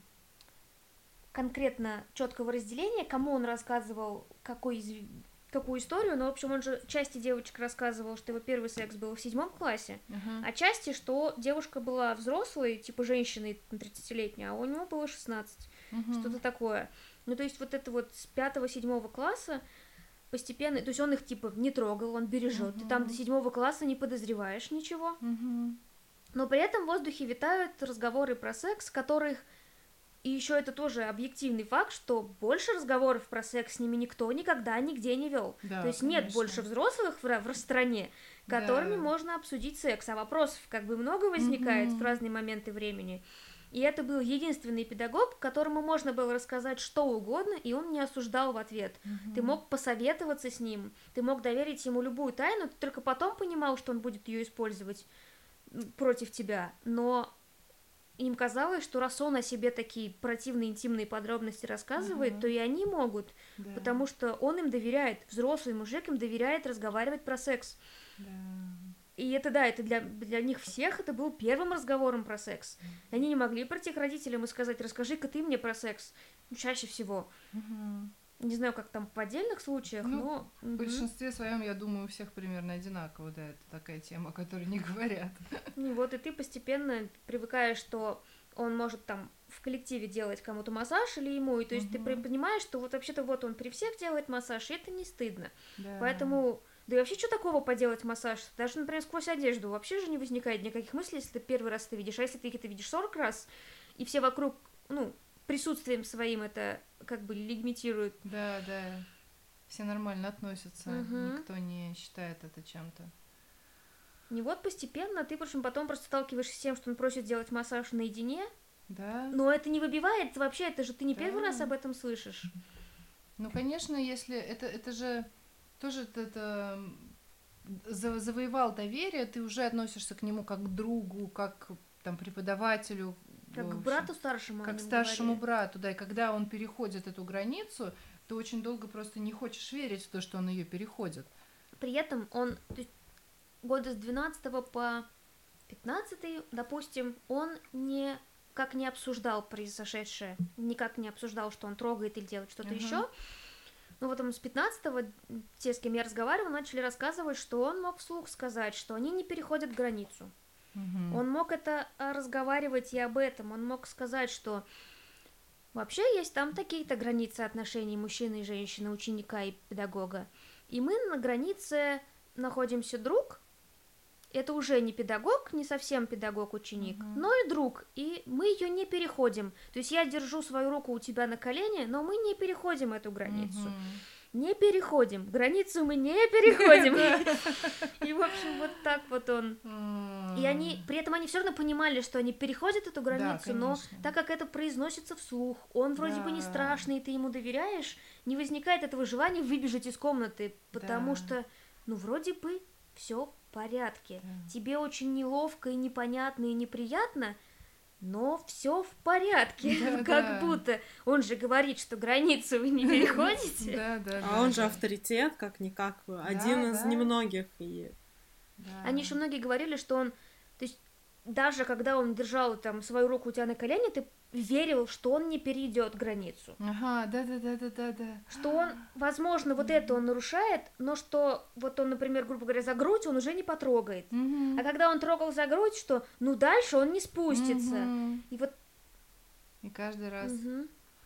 конкретно четкого разделения, кому он рассказывал какой из, какую историю, но, в общем, он же части девочек рассказывал, что его первый секс был в седьмом классе, Ага. а части, что девушка была взрослой, типа женщиной тридцатилетней, а у него было шестнадцать, Мгм. что-то такое. Ну, то есть вот это вот с пятого-седьмого класса постепенно, то есть он их типа не трогал, он бережет, ты там до Мгм. седьмого класса не подозреваешь ничего, Мгм. но при этом в воздухе витают разговоры про секс, которых и еще это тоже объективный факт, что больше разговоров про секс с ними никто никогда нигде не вел. Да, То есть нет конечно. больше взрослых в, ра- в стране, которыми Да. можно обсудить секс, а вопросов как бы много возникает Мгм. в разные моменты времени. И это был единственный педагог, которому можно было рассказать что угодно, и он не осуждал в ответ. Мгм. Ты мог посоветоваться с ним, ты мог доверить ему любую тайну, ты только потом понимал, что он будет ее использовать м, против тебя. Но им казалось, что раз он о себе такие противные интимные подробности рассказывает, Ага. то и они могут, Да. потому что он им доверяет, взрослый мужик им доверяет разговаривать про секс. Да. И это, да, это для, для них всех это был первым разговором про секс. И они не могли прийти к родителям и сказать, расскажи-ка ты мне про секс. Ну, чаще всего. Мгм. Не знаю, как там в отдельных случаях, Ну, но... В мгм. большинстве своем, я думаю, у всех примерно одинаково, да, это такая тема, о которой не говорят. Ну, вот, и ты постепенно привыкаешь, что он может там в коллективе делать кому-то массаж или ему, и то есть ты Мгм. понимаешь, что вот вообще-то вот он при всех делает массаж, и это не стыдно. Да. Поэтому Да и вообще, что такого поделать массаж? Даже, например, сквозь одежду вообще же не возникает никаких мыслей, если ты первый раз это видишь. А если ты это видишь сорок раз, и все вокруг, ну, присутствием своим это как бы лимитируют. Да, да. Все нормально относятся. Угу. Никто не считает это чем-то. И вот постепенно ты, причем потом просто сталкиваешься с тем, что он просит делать массаж наедине. Да. Но это не выбивает вообще, это же ты не Да. первый раз об этом слышишь. Ну, конечно, если это, это же тоже это завоевал доверие, ты уже относишься к нему как к другу, как там преподавателю, как к брату старшему, как к старшему говорили. брату, да, и когда он переходит эту границу, ты очень долго просто не хочешь верить в то, что он ее переходит. При этом он, то есть, года с двенадцатого по пятнадцатый, допустим, он не как не обсуждал произошедшее, никак не обсуждал, что он трогает или делает что-то uh-huh. еще. Но вот он с пятнадцатого, те, с кем я разговаривала, начали рассказывать, что он мог вслух сказать, что они не переходят границу. Uh-huh. Он мог это разговаривать и об этом. Он мог сказать, что вообще есть там такие-то границы отношений мужчины и женщины, ученика и педагога. И мы на границе находимся друг. Это уже не педагог, не совсем педагог-ученик, uh-huh. но и друг, и мы ее не переходим. То есть я держу свою руку у тебя на колене, но мы не переходим эту границу. Uh-huh. Не переходим. Границу мы не переходим. И, в общем, вот так вот он. И они, при этом они все равно понимали, что они переходят эту границу, но так как это произносится вслух, он вроде бы не страшный, и ты ему доверяешь, не возникает этого желания выбежать из комнаты, потому что, ну, вроде бы все в порядке. Да. Тебе очень неловко и непонятно и неприятно, но все в порядке. Да, как да. будто он же говорит, что границу вы не переходите. Да, да, а он же авторитет, как-никак, один из немногих. Они еще многие говорили, что он, то есть даже когда он держал там свою руку у тебя на колене, ты верил, что он не перейдет границу. Ага, да-да-да-да-да. Что он, возможно, вот mm-hmm. это он нарушает, но что вот он, например, грубо говоря, за грудь он уже не потрогает. Mm-hmm. А когда он трогал за грудь, что, ну, дальше он не спустится. Mm-hmm. И вот... И каждый раз... Mm-hmm.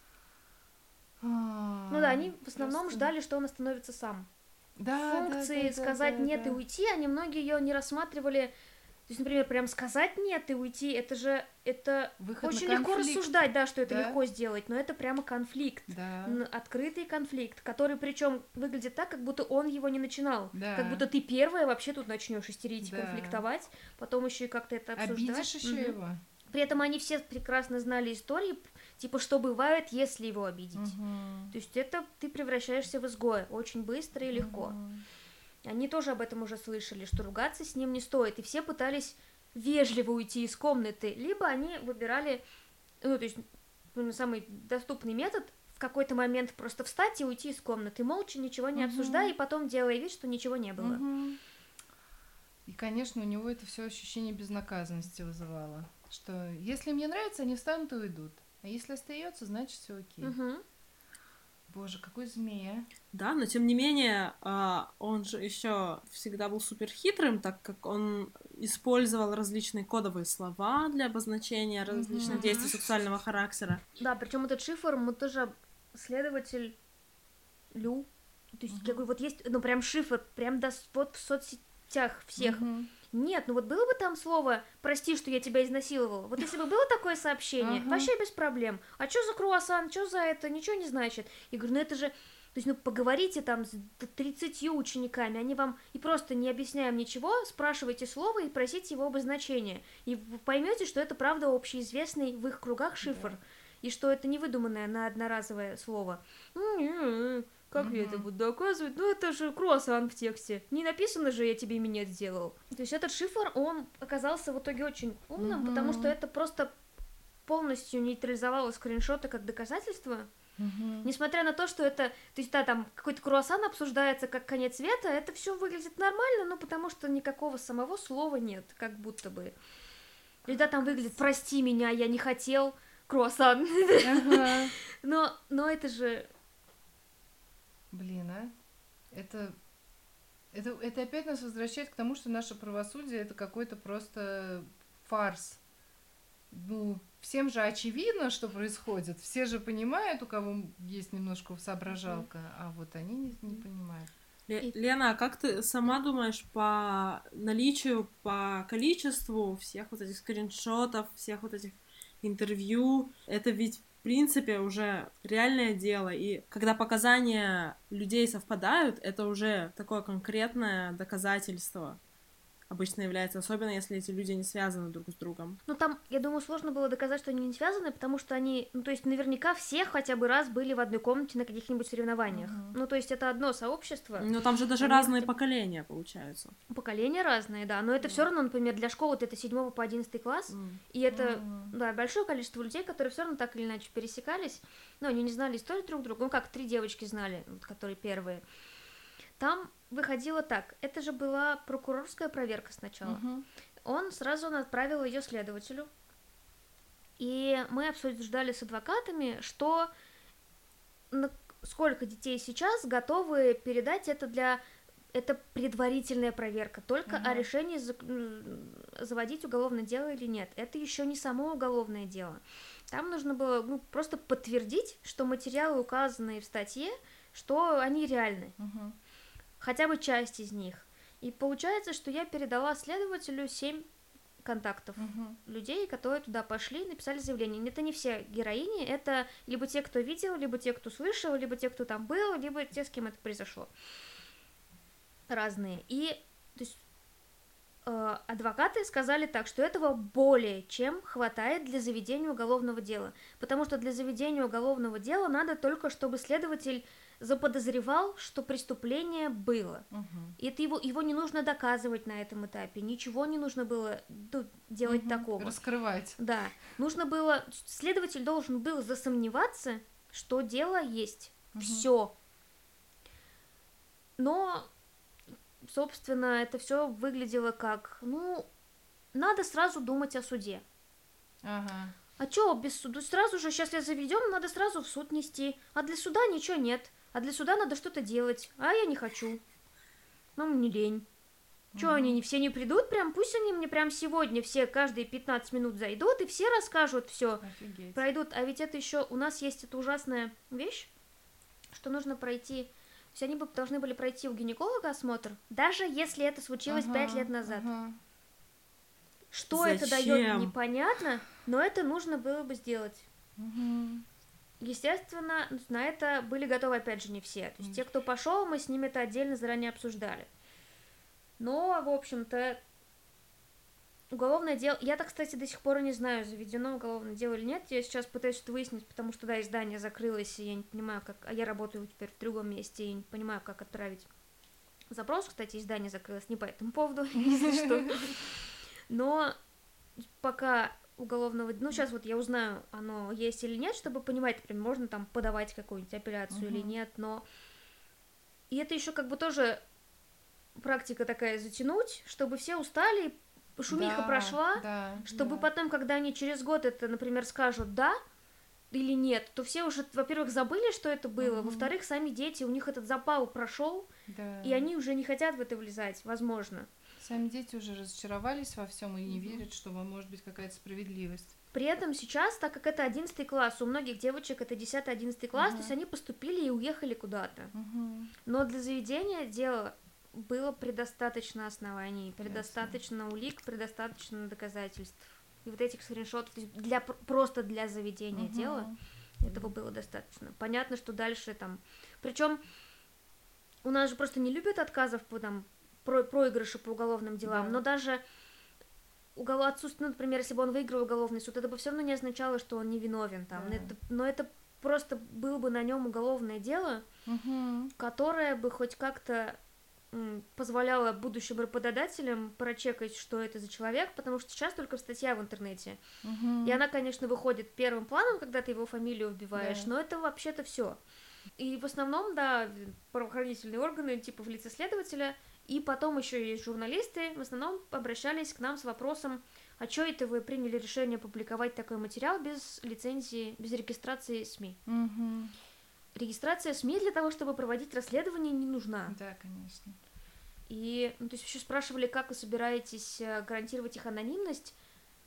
А-а-а. Ну да, они в основном Просто... ждали, что он остановится сам. Да, Функции да, да, сказать да, нет да. и уйти, они многие ее не рассматривали. То есть, например, прям сказать нет и уйти, это же, это Выход очень легко рассуждать, да, что это да? легко сделать, но это прямо конфликт, да. открытый конфликт, который причем выглядит так, как будто он его не начинал, да. как будто ты первая вообще тут начнешь истерить, да. конфликтовать, потом еще и как-то это обсуждать. Обидишь еще угу. его. При этом они все прекрасно знали истории, типа, что бывает, если его обидеть. Угу. То есть это ты превращаешься в изгоя очень быстро и легко. Угу. Они тоже об этом уже слышали, что ругаться с ним не стоит, и все пытались вежливо уйти из комнаты, либо они выбирали, ну, то есть, самый доступный метод, в какой-то момент просто встать и уйти из комнаты, молча, ничего не uh-huh. обсуждая, и потом делая вид, что ничего не было. Uh-huh. И, конечно, у него это все ощущение безнаказанности вызывало, что если мне нравится, они встанут и уйдут, а если остается, значит, все окей. Uh-huh. Боже, какой змей, а? Да, но тем не менее, он же еще всегда был супер хитрым, так как он использовал различные кодовые слова для обозначения различных mm-hmm. действий сексуального характера. Да, причем этот шифр, мы тоже следователь Лю. То есть, mm-hmm. я говорю, вот есть, ну, прям шифр, прям до, вот в соцсетях всех. Mm-hmm. Нет, ну вот было бы там слово «прости, что я тебя изнасиловал». Вот если бы было такое сообщение, uh-huh. вообще без проблем. А что за круассан, что за это, ничего не значит. Я говорю, ну это же... То есть, ну поговорите там с тридцатью учениками, они вам и просто не объясняем ничего, спрашивайте слово и просите его обозначения. И вы поймете, что это правда общеизвестный в их кругах шифр. Yeah. И что это не выдуманное на одноразовое слово. Как mm-hmm. я это буду доказывать? Ну, это же круассан в тексте. Не написано же, я тебе минет сделал. То есть этот шифр, он оказался в итоге очень умным, mm-hmm. потому что это просто полностью нейтрализовало скриншоты как доказательство. Mm-hmm. Несмотря на то, что это... То есть, да, там какой-то круассан обсуждается как конец света, это все выглядит нормально, но потому что никакого самого слова нет, как будто бы. Или да, там выглядит «прости меня, я не хотел круассан». Uh-huh. но, но это же... Блин, а? Это, это, это опять нас возвращает к тому, что наше правосудие это какой-то просто фарс. Ну, всем же очевидно, что происходит. Все же понимают, у кого есть немножко соображалка, а вот они не, не понимают. Ле- И- Лена, а как ты сама думаешь по наличию, по количеству всех вот этих скриншотов, всех вот этих интервью, это ведь в принципе уже реальное дело, и когда показания людей совпадают, это уже такое конкретное доказательство обычно является, особенно если эти люди не связаны друг с другом. Ну, там, я думаю, сложно было доказать, что они не связаны, потому что они, ну, то есть, наверняка все хотя бы раз были в одной комнате на каких-нибудь соревнованиях. Мгм. Ну, то есть, это одно сообщество, Но там же даже Они разные хотя- поколения получаются. поколения разные, да, но это все равно, например, для школы вот это седьмого по одиннадцатый класс, М. и это, Мгм. да, большое количество людей, которые все равно так или иначе пересекались, но они не знали историю друг друга, ну, как три девочки знали, вот, которые первые. Там выходило так, это же была прокурорская проверка сначала. Мгм. Он сразу отправил ее следователю, и мы обсуждали с адвокатами, что на- сколько детей сейчас готовы передать это для... Это предварительная проверка, только Ага. о решении зак- м, заводить уголовное дело или нет. Это еще не само уголовное дело. Там нужно было ну, просто подтвердить, что материалы, указанные в статье, что они реальны, Мгм. хотя бы часть из них. И получается, что я передала следователю семь контактов Мгм. людей, которые туда пошли, написали заявление. Это не все героини, это либо те, кто видел, либо те, кто слышал, либо те, кто там был, либо те, с кем это произошло. Разные. И то есть, э, адвокаты сказали так, что этого более чем хватает для заведения уголовного дела. Потому что для заведения уголовного дела надо только, чтобы следователь заподозревал, что преступление было. Мгм. И это его, его не нужно доказывать на этом этапе, ничего не нужно было ну, делать Мгм. такого. Раскрывать. Да, нужно было, следователь должен был засомневаться, что дело есть. Мгм. Все. Но, собственно, это все выглядело как, ну, надо сразу думать о суде. Ага. А чё, без суда? Сразу же, сейчас если заведем, надо сразу в суд нести. А для суда ничего нет. А для суда надо что-то делать. А я не хочу. Нам не лень. Чё, Мгм. они не все не придут? Прям пусть они мне прям сегодня все каждые пятнадцать минут зайдут и все расскажут все. Офигеть. Пройдут. А ведь это еще у нас есть эта ужасная вещь, что нужно пройти. То есть они бы должны были пройти у гинеколога осмотр, даже если это случилось пять Ага, лет назад. ага. Что это дает, Зачем? непонятно, но это нужно было бы сделать. Мгм. Естественно, на это были готовы опять же не все. То есть те, кто пошел, мы с ними это отдельно заранее обсуждали. Но, в общем-то, уголовное дело... Я так, кстати, до сих пор и не знаю, заведено уголовное дело или нет. Я сейчас пытаюсь это выяснить, потому что, да, издание закрылось, и я не понимаю, как... А я работаю теперь в другом месте, и я не понимаю, как отправить запрос. Кстати, издание закрылось не по этому поводу, если что. Но пока уголовного... Ну, сейчас вот я узнаю, оно есть или нет, чтобы понимать, например, можно там подавать какую-нибудь апелляцию или Мгм. нет, но... И это еще как бы тоже практика такая затянуть, чтобы все устали, шумиха Да, прошла, да, чтобы да. потом, когда они через год это, например, скажут «да» или «нет», то все уже, во-первых, забыли, что это было, Мгм. во-вторых, сами дети, у них этот запал прошел, Да. и они уже не хотят в это влезать, возможно. Сами дети уже разочаровались во всем и не Мгм. верят, что может быть какая-то справедливость. При этом сейчас, так как это одиннадцатый класс, у многих девочек это десятый-одиннадцатый класс, Ага. то есть они поступили и уехали куда-то. Мгм. Но для заведения дела было предостаточно оснований, предостаточно улик, предостаточно доказательств. И вот этих скриншотов, то есть для, просто для заведения Мгм. дела этого было достаточно. Понятно, что дальше там... Причем у нас же просто не любят отказов по там про проигрыши по уголовным делам, Да. но даже уголов... отсутствие, ну, например, если бы он выиграл уголовный суд, это бы все равно не означало, что он невиновен там. Да. Это... Но это просто было бы на нем уголовное дело, Мгм. которое бы хоть как-то м, позволяло будущим работодателям прочекать, что это за человек, потому что сейчас только статья в интернете. Мгм. И она, конечно, выходит первым планом, когда ты его фамилию вбиваешь, Да. но это вообще-то все. И в основном, да, правоохранительные органы, типа в лице следователя, и потом еще есть журналисты, в основном обращались к нам с вопросом, а что это вы приняли решение публиковать такой материал без лицензии, без регистрации СМИ? Мгм. Регистрация СМИ для того, чтобы проводить расследование, не нужна. Да, конечно. И, ну, то есть еще спрашивали, как вы собираетесь э, гарантировать их анонимность,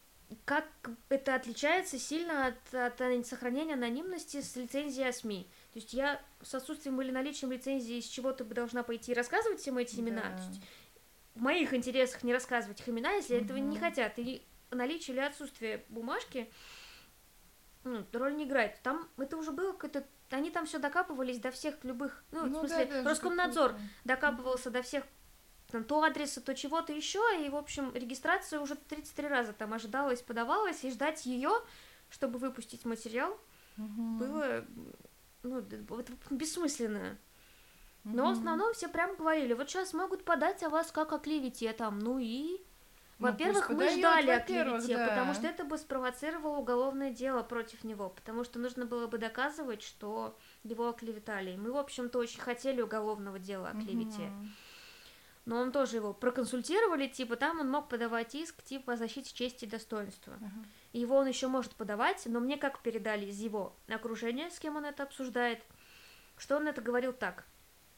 как это отличается сильно от, от ан- сохранения анонимности с лицензией СМИ. То То есть я с отсутствием или наличием лицензии из чего-то бы должна пойти и рассказывать всем эти имена. Да. То есть в моих интересах не рассказывать их имена, если Мгм. этого не хотят. И наличие или отсутствие бумажки, ну, роль не играет. Там это уже было какое-то... Они там все докапывались до всех любых... Ну, Ну в смысле, да, даже Роскомнадзор какой-то. докапывался до всех там, то адреса, то чего-то еще, и, в общем, регистрация уже тридцать три раза там ожидалась, подавалась, и ждать ее, чтобы выпустить материал, Мгм. было, ну, д- это бессмысленно. Но в Мгм. основном все прям говорили, вот сейчас могут подать о вас как о клевете, там, ну и... Ну, Во-первых, пусть мы подает, ждали о во-первых, клевете, да. потому что это бы спровоцировало уголовное дело против него, потому что нужно было бы доказывать, что его оклеветали. И мы, в общем-то, очень хотели уголовного дела о клевете. Мгм. Но он тоже его проконсультировали, типа, там он мог подавать иск, типа, о защите чести и достоинства. Ага. И его он еще может подавать, но мне как передали из его окружения, с кем он это обсуждает, что он это говорил так.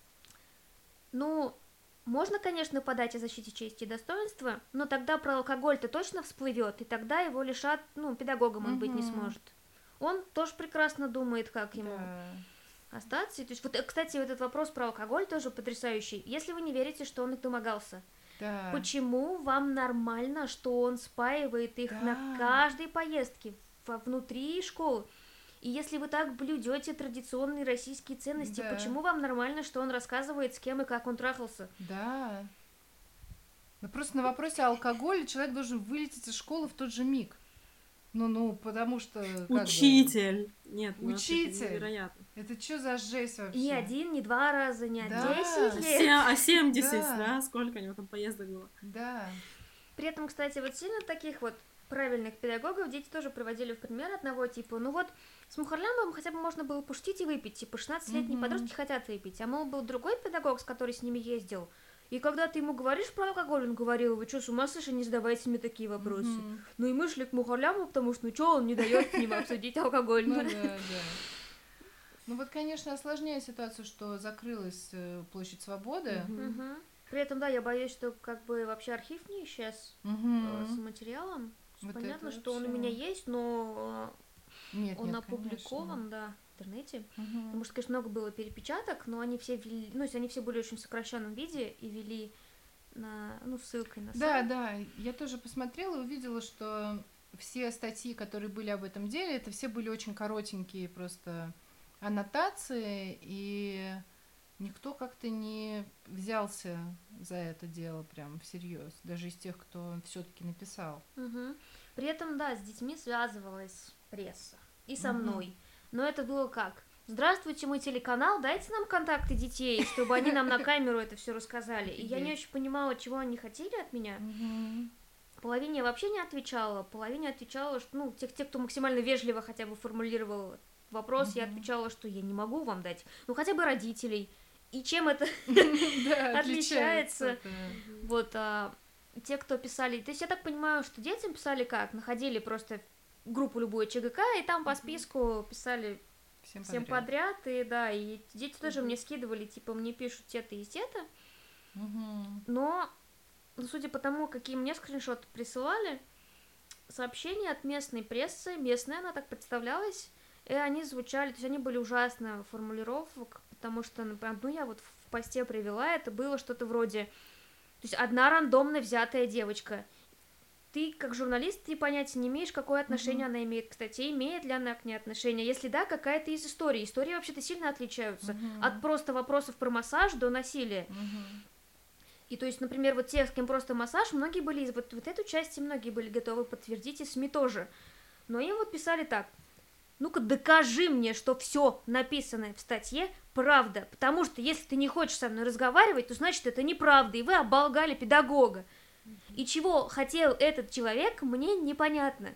Ну, можно, конечно, подать о защите чести и достоинства, но тогда про алкоголь-то точно всплывет, и тогда его лишат, ну, педагогом он быть не Мгм. сможет. Он тоже прекрасно думает, как ему Да. остаться. То есть, вот, э, кстати, вот этот вопрос про алкоголь тоже потрясающий. Если вы не верите, что он их домогался, Да. почему вам нормально, что он спаивает их Да. на каждой поездке во- внутри школы? И если вы так блюдете традиционные российские ценности, Да. почему вам нормально, что он рассказывает, с кем и как он трахался? Да. Ну просто на вопросе алкоголя человек должен вылететь из школы в тот же миг. Ну, ну, потому что... как бы, Учитель. Нет, ну, это Учитель. невероятно. Это что за жесть вообще? Ни один, ни два раза, ни Да. десять А лет. се- А семьдесят, Да. да? Сколько у него там поездок было? Да. При этом, кстати, вот сильно таких вот правильных педагогов дети тоже приводили в пример одного типа, ну вот с Мухарлямовым хотя бы можно было пошутить и выпить, типа шестнадцатилетние Мгм. подростки хотят выпить, а мол был другой педагог, с который с ними ездил, и когда ты ему говоришь про алкоголь, он говорил, вы что, с ума сошли, не задавайте мне такие вопросы. Мгм. Ну и мы шли к Мухарлямову, потому что, ну что, он не дает с ним обсудить алкоголь. Ну да, да. Ну вот, конечно, осложняет ситуацию, что закрылась э, площадь Свободы. Мгм. Мгм. При этом, да, я боюсь, что как бы вообще архив не исчез э, Мгм. с материалом. Вот Понятно, это что он у вообще- меня есть, но Нет, э, он нет, опубликован, да, в интернете. конечно. Мгм. Потому что, конечно, много было перепечаток, но они все вели, ну, то есть они все были очень в сокращенном виде и вели на, ну, ссылкой на Да, сайт. да, я тоже посмотрела и увидела, что все статьи, которые были об этом деле, это все были очень коротенькие просто аннотации, и никто как-то не взялся за это дело прям всерьез, даже из тех, кто все-таки написал. Мгм. При этом, да, с детьми связывалась пресса и со Мгм. мной. Но это было как? Здравствуйте, мы телеканал, дайте нам контакты детей, чтобы они нам на камеру это все рассказали. И я не Офигеть. очень понимала, чего они хотели от меня. Мгм. Половине я вообще не отвечала, половине отвечала, что, ну, тех, те, кто максимально вежливо хотя бы формулировал вопрос, я Мгм. отвечала, что я не могу вам дать, ну, хотя бы родителей. И чем это Да, отличается? это. Вот, а, те, кто писали... То есть я так понимаю, что детям писали как? Находили просто группу любую ЧГК, и там по списку писали Всем всем подряд. подряд, и да, и дети тоже Мгм. мне скидывали, типа, мне пишут те-то и те-то, Мгм. но, ну, судя по тому, какие мне скриншоты присылали, сообщения от местной прессы, местная, она так представлялась, и они звучали, то есть они были ужасно формулировок, потому что, например, одну я вот в посте привела, это было что-то вроде, то есть одна рандомно взятая девочка. Ты, как журналист, ты понятия не имеешь, какое отношение Мгм. она имеет к статье, имеет ли она к ней отношение. Если да, какая-то из историй. Истории вообще-то сильно отличаются. Мгм. От просто вопросов про массаж до насилия. Мгм. И то есть, например, вот те, с кем просто массаж, многие были, из вот, вот эту часть многие были готовы подтвердить, и СМИ тоже. Но им вот писали так. Ну-ка, докажи мне, что все написанное в статье правда. Потому что если ты не хочешь со мной разговаривать, то значит это неправда, и вы оболгали педагога. И чего хотел этот человек, мне непонятно.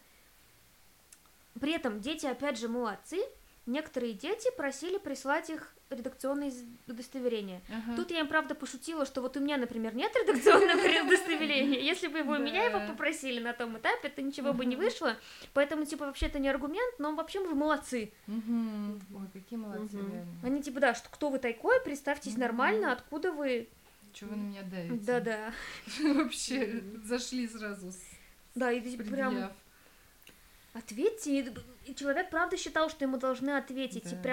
При этом дети, опять же, молодцы. Некоторые дети просили прислать их редакционные из- удостоверения. Ага. Тут я им, правда, пошутила, что вот у меня, например, нет редакционного удостоверения. Если бы его у меня его Да. попросили на том этапе, то ничего бы не Мгм. вышло. Поэтому, типа, вообще это не аргумент, но вообще вы молодцы. Мгм. Ой, какие молодцы, Мгм. реально. Они типа, да, что кто вы такой, представьтесь Мгм. нормально, откуда вы... Чего вы на меня давите? Да-да. Вообще зашли сразу, с- Да, и ты прям предъяв. ответьте. И- и человек правда считал, что ему должны ответить. И Да. прям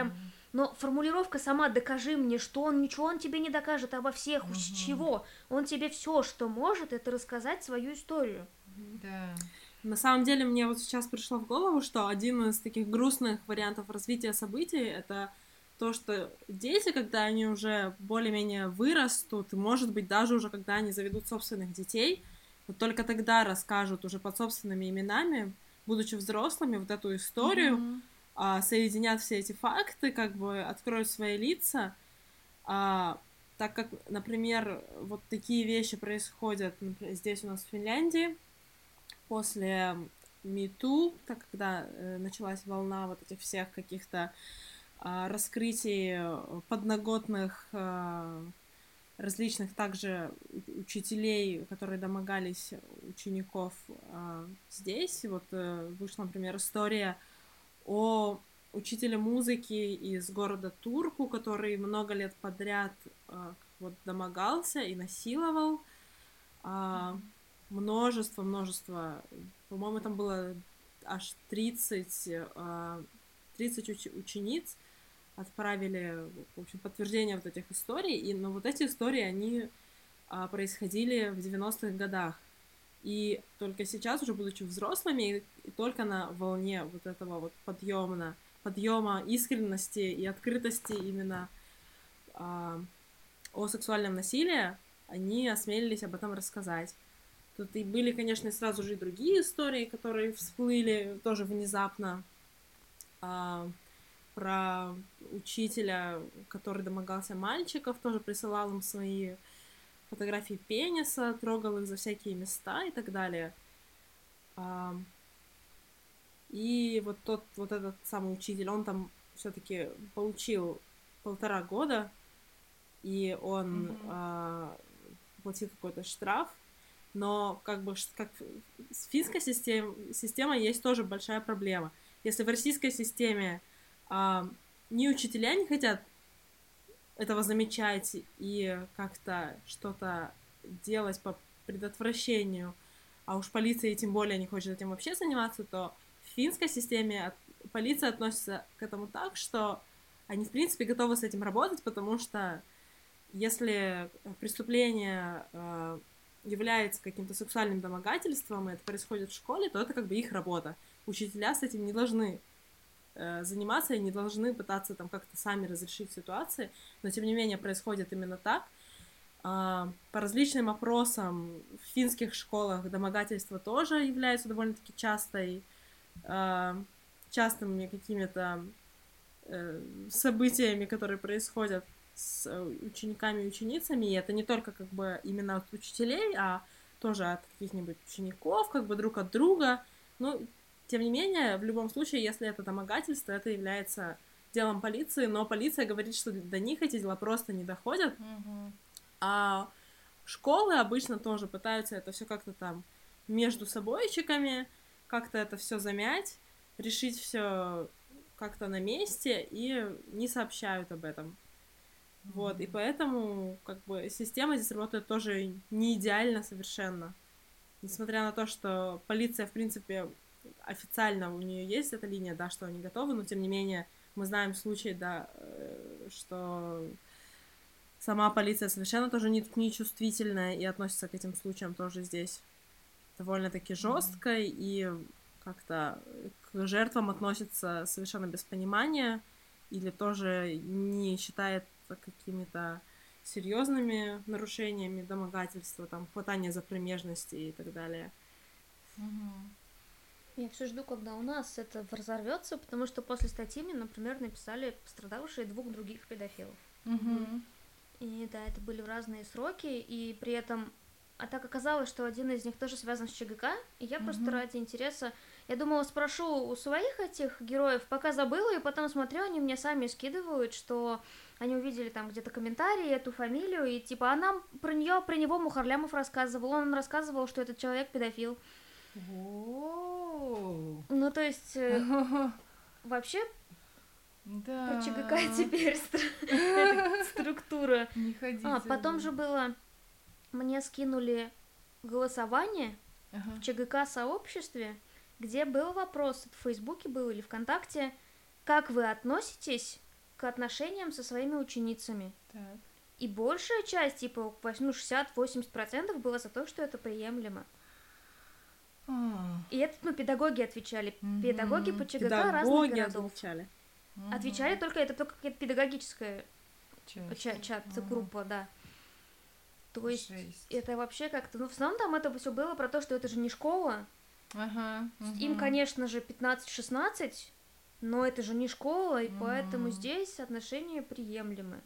Но формулировка сама «докажи мне», что он ничего он тебе не докажет обо всех, уж Мгм. чего. Он тебе все, что может, это рассказать свою историю. Да. На самом деле, мне вот сейчас пришло в голову, что один из таких грустных вариантов развития событий — это то, что дети, когда они уже более-менее вырастут, и, может быть, даже уже когда они заведут собственных детей, вот только тогда расскажут уже под собственными именами, будучи взрослыми, вот эту историю, Мгм. а, соединят все эти факты, как бы откроют свои лица, а, так как, например, вот такие вещи происходят, например, здесь у нас в Финляндии, после MeToo, так когда э, началась волна вот этих всех каких-то а, раскрытий э, подноготных а, различных также у- учителей, которые домогались учеников а, здесь. Вот э, вышла, например, история о учителе музыки из города Турку, который много лет подряд а, вот домогался и насиловал а, множество, множество, по-моему, там было аж тридцать, а, тридцать уч- учениц отправили, в общем, подтверждение вот этих историй, и, но вот эти истории, они а, происходили в девяностых годах. И только сейчас, уже будучи взрослыми, и, и только на волне вот этого вот подъема, подъема искренности и открытости именно а, о сексуальном насилии, они осмелились об этом рассказать. Тут и были, конечно, сразу же и другие истории, которые всплыли тоже внезапно. А, про учителя, который домогался мальчиков, тоже присылал им свои фотографии пениса, трогал их за всякие места и так далее. А, и вот тот, вот этот самый учитель, он там все-таки получил полтора года, и он Мгм. а, платил какой-то штраф, но как бы ш- как с финской систем, системой есть тоже большая проблема. Если в российской системе а, ни учителя не хотят этого замечать и как-то что-то делать по предотвращению, а уж полиция тем более не хочет этим вообще заниматься, то в финской системе от- полиция относится к этому так, что они, в принципе, готовы с этим работать, потому что если преступление э, является каким-то сексуальным домогательством, и это происходит в школе, то это как бы их работа. Учителя с этим не должны э, заниматься и не должны пытаться там как-то сами разрешить ситуации, но тем не менее происходит именно так. А, по различным опросам в финских школах домогательства тоже являются довольно-таки частой, а, частыми какими-то э, событиями, которые происходят с э, учениками и ученицами, и это не только как бы именно от учителей, а тоже от каких-нибудь учеников, как бы друг от друга. Ну, тем не менее, в любом случае, если это домогательство, это является делом полиции, но полиция говорит, что до них эти дела просто не доходят, Мгм. а школы обычно тоже пытаются это все как-то там между собойчиками, как-то это все замять, решить все как-то на месте и не сообщают об этом. Вот, и поэтому, как бы, система здесь работает тоже не идеально совершенно. Несмотря на то, что полиция, в принципе, официально у нее есть эта линия, да, что они готовы, но тем не менее мы знаем случаи, да, э, что сама полиция совершенно тоже не, не чувствительная и относится к этим случаям тоже здесь довольно-таки жестко и как-то к жертвам относится совершенно без понимания или тоже не считает какими-то серьезными нарушениями домогательства, там, хватание за промежности и так далее. Мгм. Я все жду, когда у нас это разорвется, потому что после статьи мне, например, написали пострадавшие двух других педофилов. Мгм. И да, это были разные сроки, и при этом... А так оказалось, что один из них тоже связан с ЧГК, и я просто Мгм. ради интереса... Я думала, спрошу у своих этих героев, пока забыла, и потом смотрю, они мне сами скидывают, что они увидели там где-то комментарии, эту фамилию, и типа, а нам про нее, про него Мухарлямов рассказывал, он рассказывал, что этот человек педофил. О. Ну, то есть, э, вообще про ЧГК Да. теперь стр- эта структура. Не ходите. А, потом да. же было... Мне скинули голосование Ага. в ЧГК-сообществе, где был вопрос, это в Фейсбуке был или ВКонтакте, как вы относитесь к отношениям со своими ученицами. Так. И большая часть, типа, ну, шестьдесят-восемьдесят процентов было за то, что это приемлемо. А. И это, ну, педагоги отвечали. Мгм. Педагоги по ЧГК разных Педагоги городов. отвечали. Мгм. Отвечали только, это только какая-то педагогическая Часть. ча- чат, Ага. группа, да. То есть Жесть. это вообще как-то... Ну, в основном там это все было про то, что это же не школа. Ага. Им, мгм. конечно же, пятнадцать-шестнадцать, но это же не школа, и поэтому Мгм. здесь отношения приемлемы.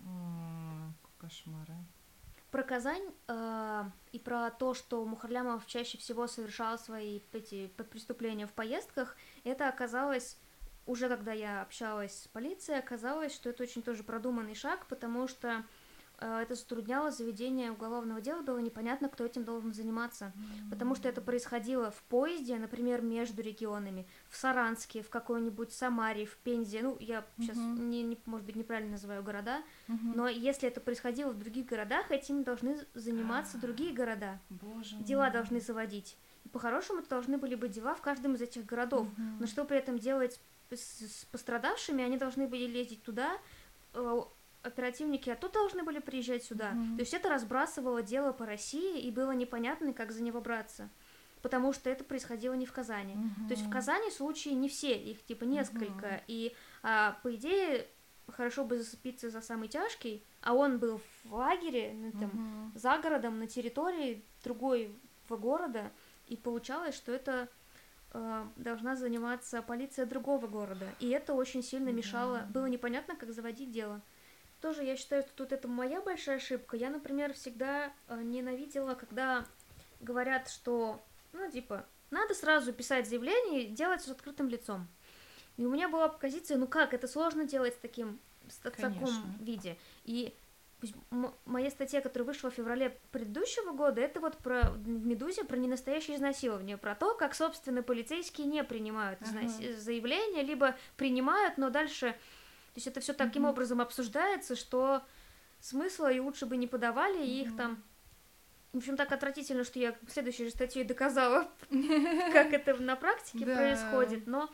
М, Кошмары. Про Казань э, и про то, что Мухарлямов чаще всего совершал свои эти преступления в поездках, это оказалось, уже когда я общалась с полицией, оказалось, что это очень тоже продуманный шаг, потому что э, это затрудняло заведение уголовного дела, было непонятно, кто этим должен заниматься, потому что это происходило в поезде, например, между регионами, в Саранске, в какой-нибудь Самаре, в Пензе, ну, я сейчас, Мгм. не, не, может быть, неправильно называю города, Мгм. но если это происходило в других городах, этим должны заниматься другие города. Боже Дела мой. должны заводить. И по-хорошему это должны были быть дела в каждом из этих городов. Мгм. Но что при этом делать с, с пострадавшими? Они должны были ездить туда, э, оперативники оттуда должны были приезжать сюда. Мгм. То есть это разбрасывало дело по России, и было непонятно, как за него браться. Потому что это происходило не в Казани. Мгм. То есть в Казани случаи не все, их типа несколько. И а, по идее хорошо бы зацепиться за самый тяжкий, а он был в лагере, ну, там, Мгм. за городом, на территории другого города, и получалось, что это э, должна заниматься полиция другого города. И это очень сильно мешало, Да. было непонятно, как заводить дело. Тоже я считаю, что тут это моя большая ошибка. Я, например, всегда э, ненавидела, когда говорят, что, ну, типа, надо сразу писать заявление и делать с открытым лицом. И у меня была позиция, ну как, это сложно делать в, таким, в таком Конечно. виде. И м- моя статья, которая вышла в феврале предыдущего года, это вот про в «Медузе» про ненастоящее изнасилование, про то, как, собственно, полицейские не принимают изнас... Ага. заявления, либо принимают, но дальше... То есть это все таким Мгм. образом обсуждается, что смысла и лучше бы не подавали, и их Мгм. там... В общем, так отвратительно, что я в следующей же статье доказала, как это на практике Да. происходит, но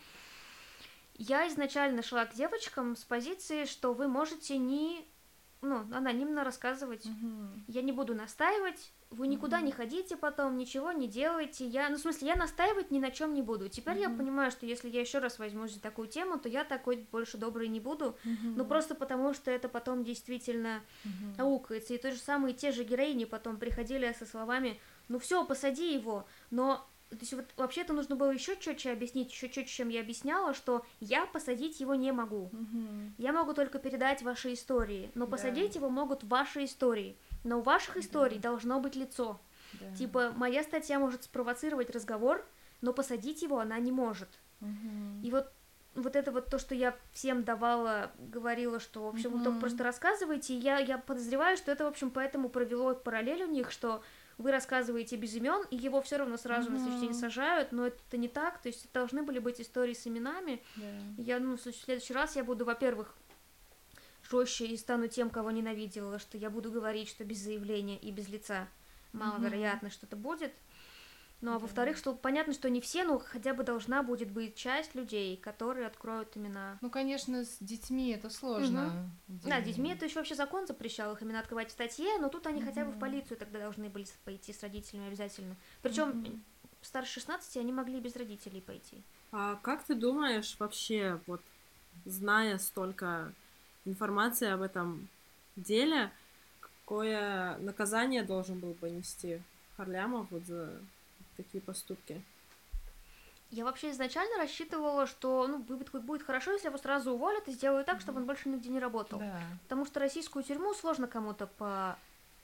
я изначально шла к девочкам с позиции, что вы можете не, ну, анонимно рассказывать. Мгм. Я не буду настаивать, вы никуда Мгм. не ходите потом, ничего не делайте. Я, ну, в смысле, я настаивать ни на чем не буду. Теперь я Мгм. понимаю, что если я еще раз возьмусь за такую тему, то я такой больше добрый не буду. Мгм. Ну, просто потому, что это потом действительно Мгм. аукается. И то же самое, те же героини потом приходили со словами: ну все, посади его. Но то есть вот вообще-то нужно было еще четче объяснить, еще четче, чем я объясняла, что я посадить его не могу. Мгм. Я могу только передать ваши истории, но Да. посадить его могут ваши истории. Но у ваших историй должно быть лицо. Да. Типа, моя статья может спровоцировать разговор, но посадить его она не может. Мгм. И вот вот это вот то, что я всем давала, говорила, что, в общем, вы Мгм. только просто рассказываете, и я, я подозреваю, что это, в общем, поэтому провело параллель у них, что вы рассказываете без имен, и его все равно сразу на следующий день Мгм. сажают, но это не так, то есть должны были быть истории с именами. Да. И я, ну, в следующий раз я буду, во-первых, жестче и стану тем, кого ненавидела, что я буду говорить, что без заявления и без лица маловероятно Мгм. что-то будет. Ну, а Да. во-вторых, что понятно, что не все, но хотя бы должна будет быть часть людей, которые откроют имена. Ну, конечно, с детьми это сложно. Да, с детьми это еще вообще закон запрещал их именно открывать в статье, но тут они хотя бы в полицию тогда должны были пойти с родителями обязательно. Причем Мгм. старше шестнадцати они могли без родителей пойти. А как ты думаешь вообще, вот зная столько информации об этом деле, какое наказание должен был бы нести Мухарлямов вот за такие поступки? Я вообще изначально рассчитывала, что ну, будет, будет хорошо, если его сразу уволят и сделают так, чтобы он больше нигде не работал. Да. Потому что российскую тюрьму сложно кому-то по...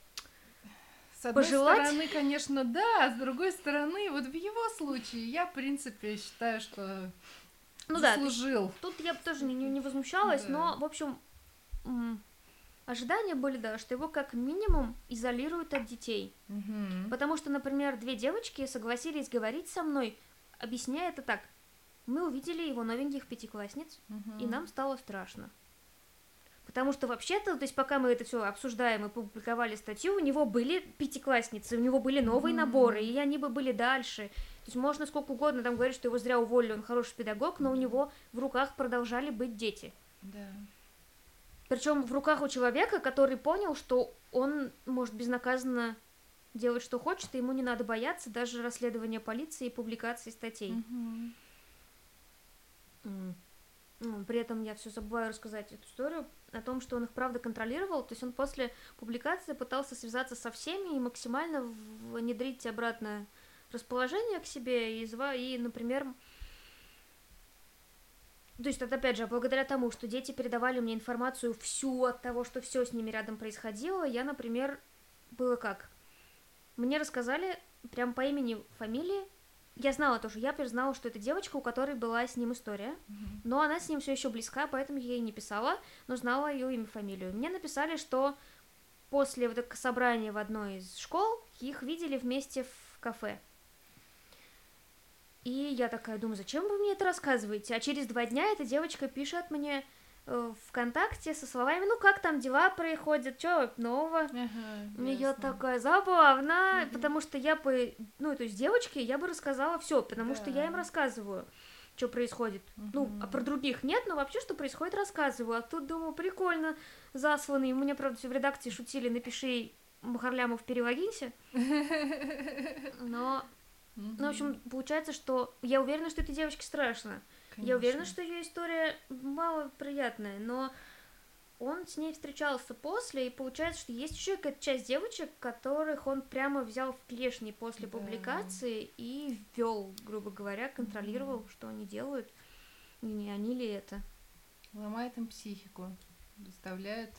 С одной Пожелать? стороны, конечно, да, а с другой стороны, вот в его случае я, в принципе, считаю, что Ну да, то есть заслужил. тут я бы тоже не, не возмущалась, Да. но, в общем, м, ожидания были, да, что его как минимум изолируют от детей. Мгм. Потому что, например, две девочки согласились говорить со мной, объясняя это так. Мы увидели его новеньких пятиклассниц, Мгм. и нам стало страшно. Потому что вообще-то, то есть пока мы это все обсуждаем и публиковали статью, у него были пятиклассницы, у него были новые Мгм. наборы, и они бы были дальше. То есть можно сколько угодно там говорить, что его зря уволили, он хороший педагог, но у него в руках продолжали быть дети. Да. Причем в руках у человека, который понял, что он может безнаказанно делать, что хочет, и ему не надо бояться даже расследования полиции и публикации статей. Мгм. М. Ну, При этом я все забываю рассказать эту историю о том, что он их правда контролировал. То есть он после публикации пытался связаться со всеми и максимально внедрить обратное расположение к себе и, зва... и например, то есть это опять же благодаря тому, что дети передавали мне информацию всю от того, что все с ними рядом происходило, я, например, было как? Мне рассказали прям по имени, фамилии. Я знала тоже, я знала, что это девочка, у которой была с ним история, Мгм. но она с ним все еще близка, поэтому я ей не писала, но знала ее имя, фамилию. Мне написали, что после вот этого собрания в одной из школ их видели вместе в кафе. И я такая думаю, зачем вы мне это рассказываете? А через два дня эта девочка пишет мне э, ВКонтакте со словами, ну как там дела происходят, что нового? Ага, И я ясно. такая забавно, Мгм. потому что я бы, ну, то есть девочке я бы рассказала все, потому что я им Да. рассказываю, что происходит. Ну, а про Мгм. других нет, но вообще, что происходит, рассказываю. А тут, думаю, прикольно, засланный. Мне, правда, все в редакции шутили, напиши Мухарлямов перелогинься. Но, ну, в общем, Мгм. получается, что я уверена, что этой девочке страшно. Я уверена, Конечно. что ее история мало приятная, но он с ней встречался после, и получается, что есть еще какая-то часть девочек, которых он прямо взял в клешни после Да. публикации и ввел, грубо говоря, контролировал, Мгм. что они делают, и не они ли это. Ломает им психику, заставляет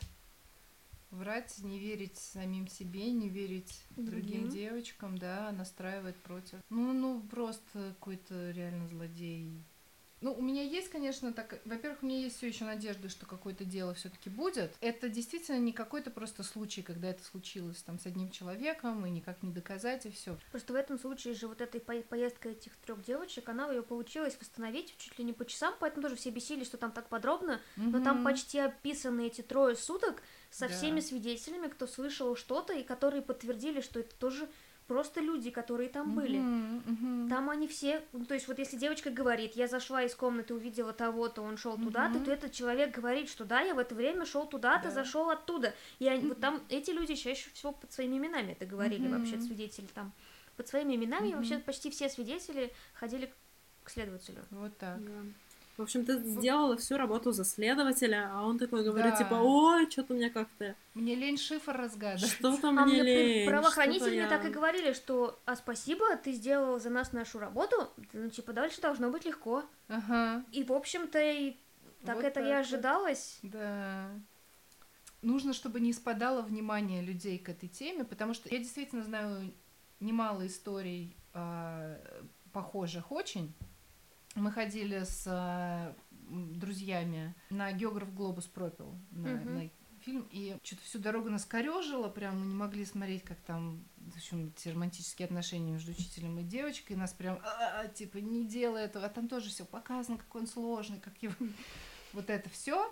врать, не верить самим себе, не верить другим Другим. девочкам, да, настраивает против. Ну, ну, просто какой-то реально злодей. Ну, у меня есть, конечно, так. Во-первых, у меня есть все еще надежда, что какое-то дело все-таки будет. Это действительно не какой-то просто случай, когда это случилось там с одним человеком, и никак не доказать, и все. Просто в этом случае же вот этой по- поездка этих трех девочек, она ее получилось восстановить чуть ли не по часам, поэтому тоже все бесили, что там так подробно, но там почти описаны эти трое суток со Да. всеми свидетелями, кто слышал что-то, и которые подтвердили, что это тоже просто люди, которые там были. Мгм, мгм. Там они все, ну, то есть вот если девочка говорит, я зашла из комнаты, увидела того-то, он шел туда-то, Мгм. то этот человек говорит, что да, я в это время шел туда-то, Да. зашел оттуда. И они, вот там эти люди чаще всего под своими именами это говорили, Мгм. вообще свидетели там под своими именами, и Мгм. вообще почти все свидетели ходили к следователю. Вот так. Да. В общем, ты сделала всю работу за следователя, а он такой говорит, Да. типа, ой, что-то у меня как-то, Мне лень шифр разгадывать. что-то А мне мне при- лень, правоохранители что-то мне я... так и говорили, что а спасибо, ты сделал за нас нашу работу, ну типа дальше должно быть легко. Ага. И в общем-то и так Вот это так и вот. ожидалось. Да. Нужно, чтобы не спадало внимание людей к этой теме, потому что я действительно знаю немало историй а, похожих очень. Мы ходили с а, м, друзьями на «Географ Глобус пропил», на, Мгм. на фильм, и что-то всю дорогу нас корёжило, прям мы не могли смотреть, как там, в общем, эти романтические отношения между учителем и девочкой, и нас прям, «А, типа, не делай этого», а там тоже все показано, какой он сложный, как его... Вот это все.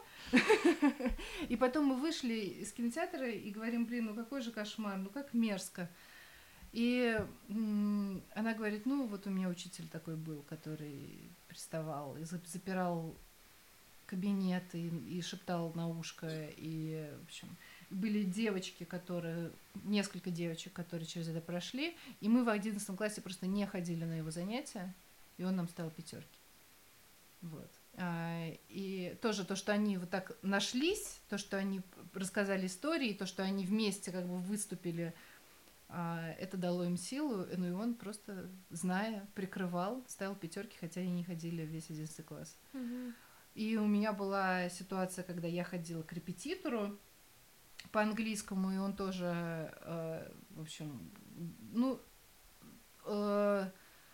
И потом мы вышли из кинотеатра и говорим, блин, ну какой же кошмар, ну как мерзко. И м, она говорит, ну вот у меня учитель такой был, который приставал и зап- запирал кабинет и, и шептал на ушко. И, в общем, были девочки, которые, несколько девочек, которые через это прошли. И мы в одиннадцатом классе просто не ходили на его занятия, и он нам ставил пятерки. Вот. А, и тоже то, что они вот так нашлись, то, что они рассказали истории, то, что они вместе как бы выступили, а, это дало им силу. Ну и он просто, зная, прикрывал, ставил пятерки, хотя они не ходили весь одиннадцатый класс. Мгм. И у меня была ситуация, когда я ходила к репетитору по английскому, и он тоже, э, в общем, ну, э,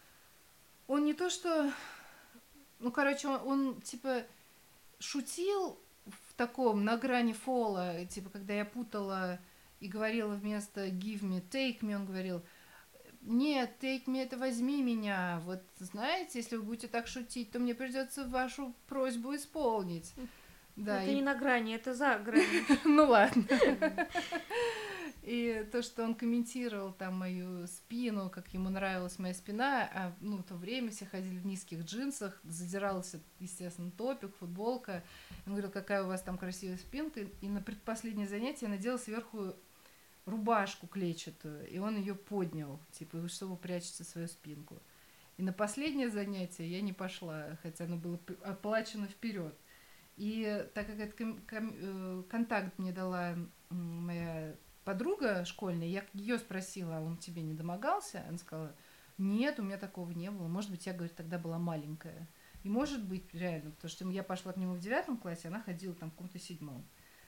он не то что... Ну, короче, он, он, типа, шутил в таком, на грани фола, типа, когда я путала и говорила вместо give me, take me, он говорил, нет, take me, это возьми меня. Вот, знаете, если вы будете так шутить, то мне придется вашу просьбу исполнить. Да, Это и... не на грани, это за гранью. Ну ладно. И И то, что он комментировал там мою спину, как ему нравилась моя спина, а ну, в то время все ходили в низких джинсах, задирался, естественно, топик, футболка. Он говорил, какая у вас там красивая спинка. И на предпоследнее занятие я надела сверху рубашку клетчатую, и он ее поднял, типа, вы что, вы прячете свою спинку. И на последнее занятие я не пошла, хотя оно было оплачено вперед. И так как этот ком- ком- контакт мне дала моя подруга школьная, я ее спросила, а он тебе не домогался? Она сказала, нет, у меня такого не было. Может быть, я, говорит, тогда была маленькая. И может быть, реально, потому что я пошла к нему в девятом классе, она ходила там в каком-то седьмом.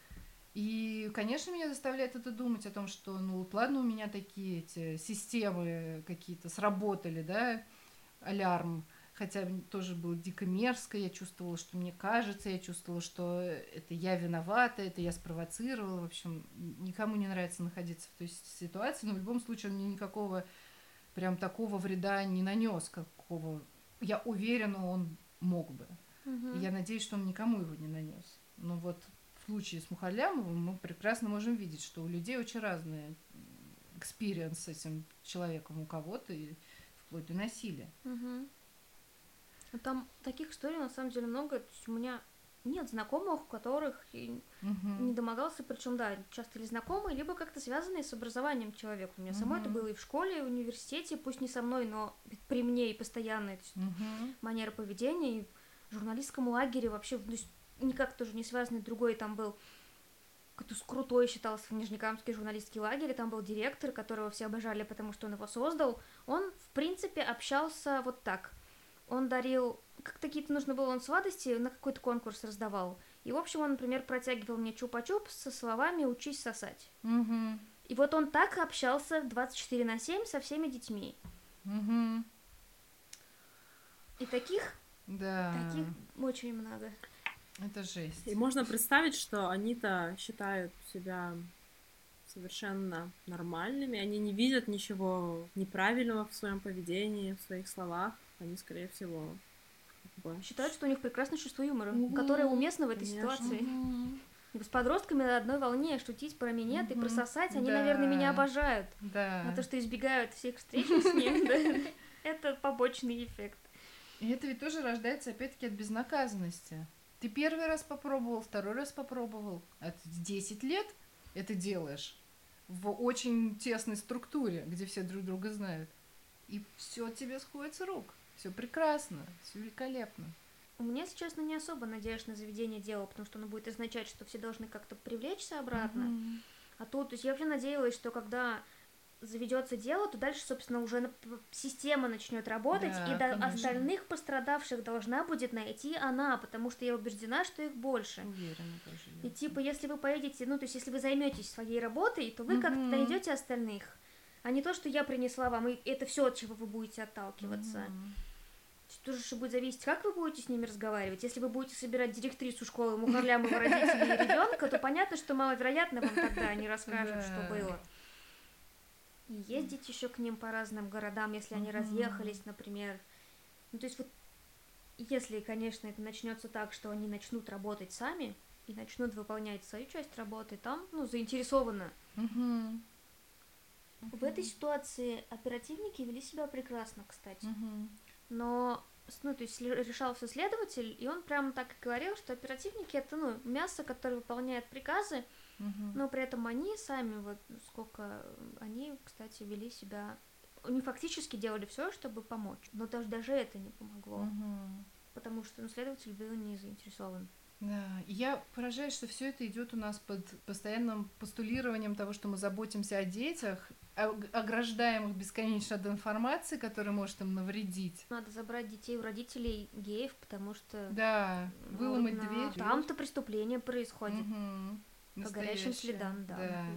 И, конечно, меня заставляет это думать о том, что, ну, вот ладно, у меня такие эти системы какие-то сработали, да, алярм, хотя тоже было дико мерзко, я чувствовала, что мне кажется, я чувствовала, что это я виновата, это я спровоцировала, в общем, никому не нравится находиться в той ситуации, но в любом случае он мне никакого прям такого вреда не нанес, какого, я уверена, он мог бы. Угу. И я надеюсь, что он никому его не нанес. Но вот в случае с Мухарлямовым мы прекрасно можем видеть, что у людей очень разные экспириенс с этим человеком, у кого-то и вплоть до насилия. Угу. Там таких историй на самом деле много. То есть у меня нет знакомых, у которых угу. не домогался, причем да, часто или знакомые, либо как-то связанные с образованием человека. У меня угу. самой это было и в школе, и в университете, пусть не со мной, но при мне и постоянно. То есть угу. манера поведения, и в журналистском лагере вообще, то есть никак тоже не связанный, другой там был крутой считался в Нижнекамский журналистский лагерь, и там был директор, которого все обожали, потому что он его создал. Он, в принципе, общался вот так. Он дарил, как какие-то нужно было, он сладости на какой-то конкурс раздавал. И, в общем, он, например, протягивал мне чупа-чуп со словами «учись сосать». Угу. И вот он так общался двадцать четыре на семь со всеми детьми. Угу. И таких, да. таких очень много. Это жесть. И можно представить, что они-то считают себя совершенно нормальными, они не видят ничего неправильного в своем поведении, в своих словах. Они, скорее всего, как бы... считают, что у них прекрасное чувство юмора, угу. которое уместно в этой Конечно. ситуации. Угу. С подростками на одной волне шутить про минет угу. и прососать, они, да. наверное, меня обожают. Да. А то, что избегают всех встреч с ним, это побочный эффект. И это ведь тоже рождается, опять-таки, от безнаказанности. Ты первый раз попробовал, второй раз попробовал, а ты десять лет это делаешь в очень тесной структуре, где все друг друга знают. И все тебе сходит с рук. Все прекрасно, все великолепно. У меня сейчас, ну, не особо надеюсь на заведение дела, потому что оно будет означать, что все должны как-то привлечься обратно. Mm-hmm. А тут, то есть я вообще надеялась, что когда заведется дело, то дальше, собственно, уже система начнет работать, да, и до конечно. Остальных пострадавших должна будет найти она, потому что я убеждена, что их больше. Уверена тоже. И типа, если вы поедете, ну, то есть если вы займетесь своей работой, то вы mm-hmm. как-то найдете остальных, а не то, что я принесла вам, и это все, от чего вы будете отталкиваться. Mm-hmm. Тоже же будет зависеть, как вы будете с ними разговаривать. Если вы будете собирать директрису школы Мухарлямова, родителей и ребенка, то понятно, что маловероятно вам тогда они расскажут, что было. И ездить еще к ним по разным городам, если они mm-hmm. разъехались, например. Ну, то есть вот, если, конечно, это начнется так, что они начнут работать сами и начнут выполнять свою часть работы, там, ну, заинтересованно. Mm-hmm. В этой ситуации оперативники вели себя прекрасно, кстати. Mm-hmm. Но, ну, то есть решался следователь, и он прямо так и говорил, что оперативники — это, ну, мясо, которое выполняет приказы, uh-huh. но при этом они сами, вот сколько они, кстати, вели себя, они фактически делали все, чтобы помочь, но даже, даже это не помогло, uh-huh. потому что, ну, следователь был не заинтересован. Да, и я поражаюсь, что все это идет у нас под постоянным постулированием того, что мы заботимся о детях, ограждаем их бесконечно от информации, которая может им навредить. Надо забрать детей у родителей геев, потому что... Да, выломать на... дверь. Там-то преступление происходит. Угу. По горячим следам, да. да.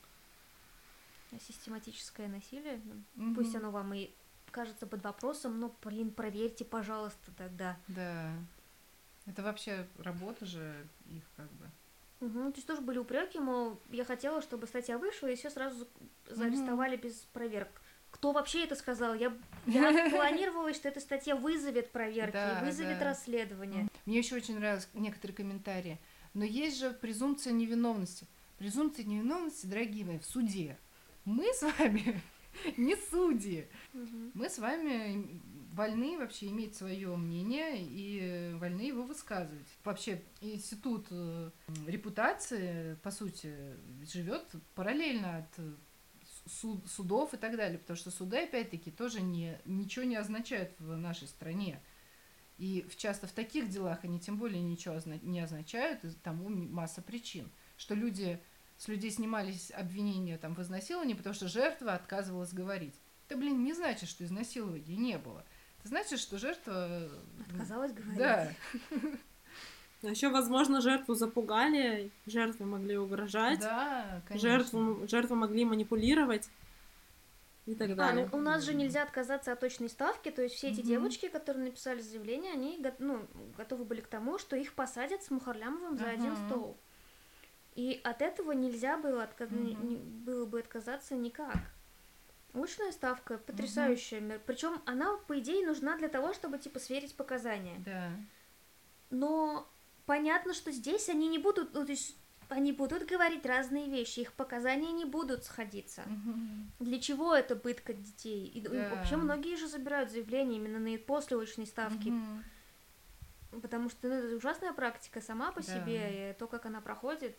А систематическое насилие, угу. пусть оно вам и кажется под вопросом, но, блин, проверьте, пожалуйста, тогда. Да. Это вообще работа же их как бы. Угу, то есть тоже были упреки, мол, я хотела, чтобы статья вышла, и все сразу заарестовали угу. без проверок. Кто вообще это сказал? Я, я планировала, что эта статья вызовет проверки, да, вызовет да. расследование. Мне еще очень нравились некоторые комментарии. Но есть же презумпция невиновности. Презумпция невиновности, дорогие мои, в суде. Мы с вами не судьи. Мгм. Мы с вами вольны вообще иметь свое мнение и вольны его высказывать. Вообще институт э, репутации, по сути, живет параллельно от э, суд- судов и так далее, потому что суды, опять-таки, тоже не, ничего не означают в нашей стране. И в- часто в таких делах они тем более ничего озна- не означают, и тому м- масса причин. Что люди, с людей снимались обвинения там, в изнасиловании, потому что жертва отказывалась говорить. Это, блин, не значит, что изнасилования не было. Это значит, что жертва... э, Отказалась говорить. Да, А еще, возможно, жертву запугали, жертве могли угрожать, да, конечно. жертву, жертву могли манипулировать и так А, ну далее. у нас же Верно. нельзя отказаться от точной ставки, то есть все эти Мгм. девочки, которые написали заявление, они го- ну, готовы были к тому, что их посадят с Мухарлямовым за один Ага. стол. И от этого нельзя было, отка- не- Мгм. не- было бы отказаться никак. Очная ставка потрясающая, причем она, по идее, нужна для того, чтобы типа сверить показания. Да. Но понятно, что здесь они не будут, ну, то есть они будут говорить разные вещи, их показания не будут сходиться. Мгм. Для чего это пытка детей? И Да. вообще многие же забирают заявления именно на после очной ставки, Мгм. потому что ну, это ужасная практика сама по Да. себе, и то, как она проходит.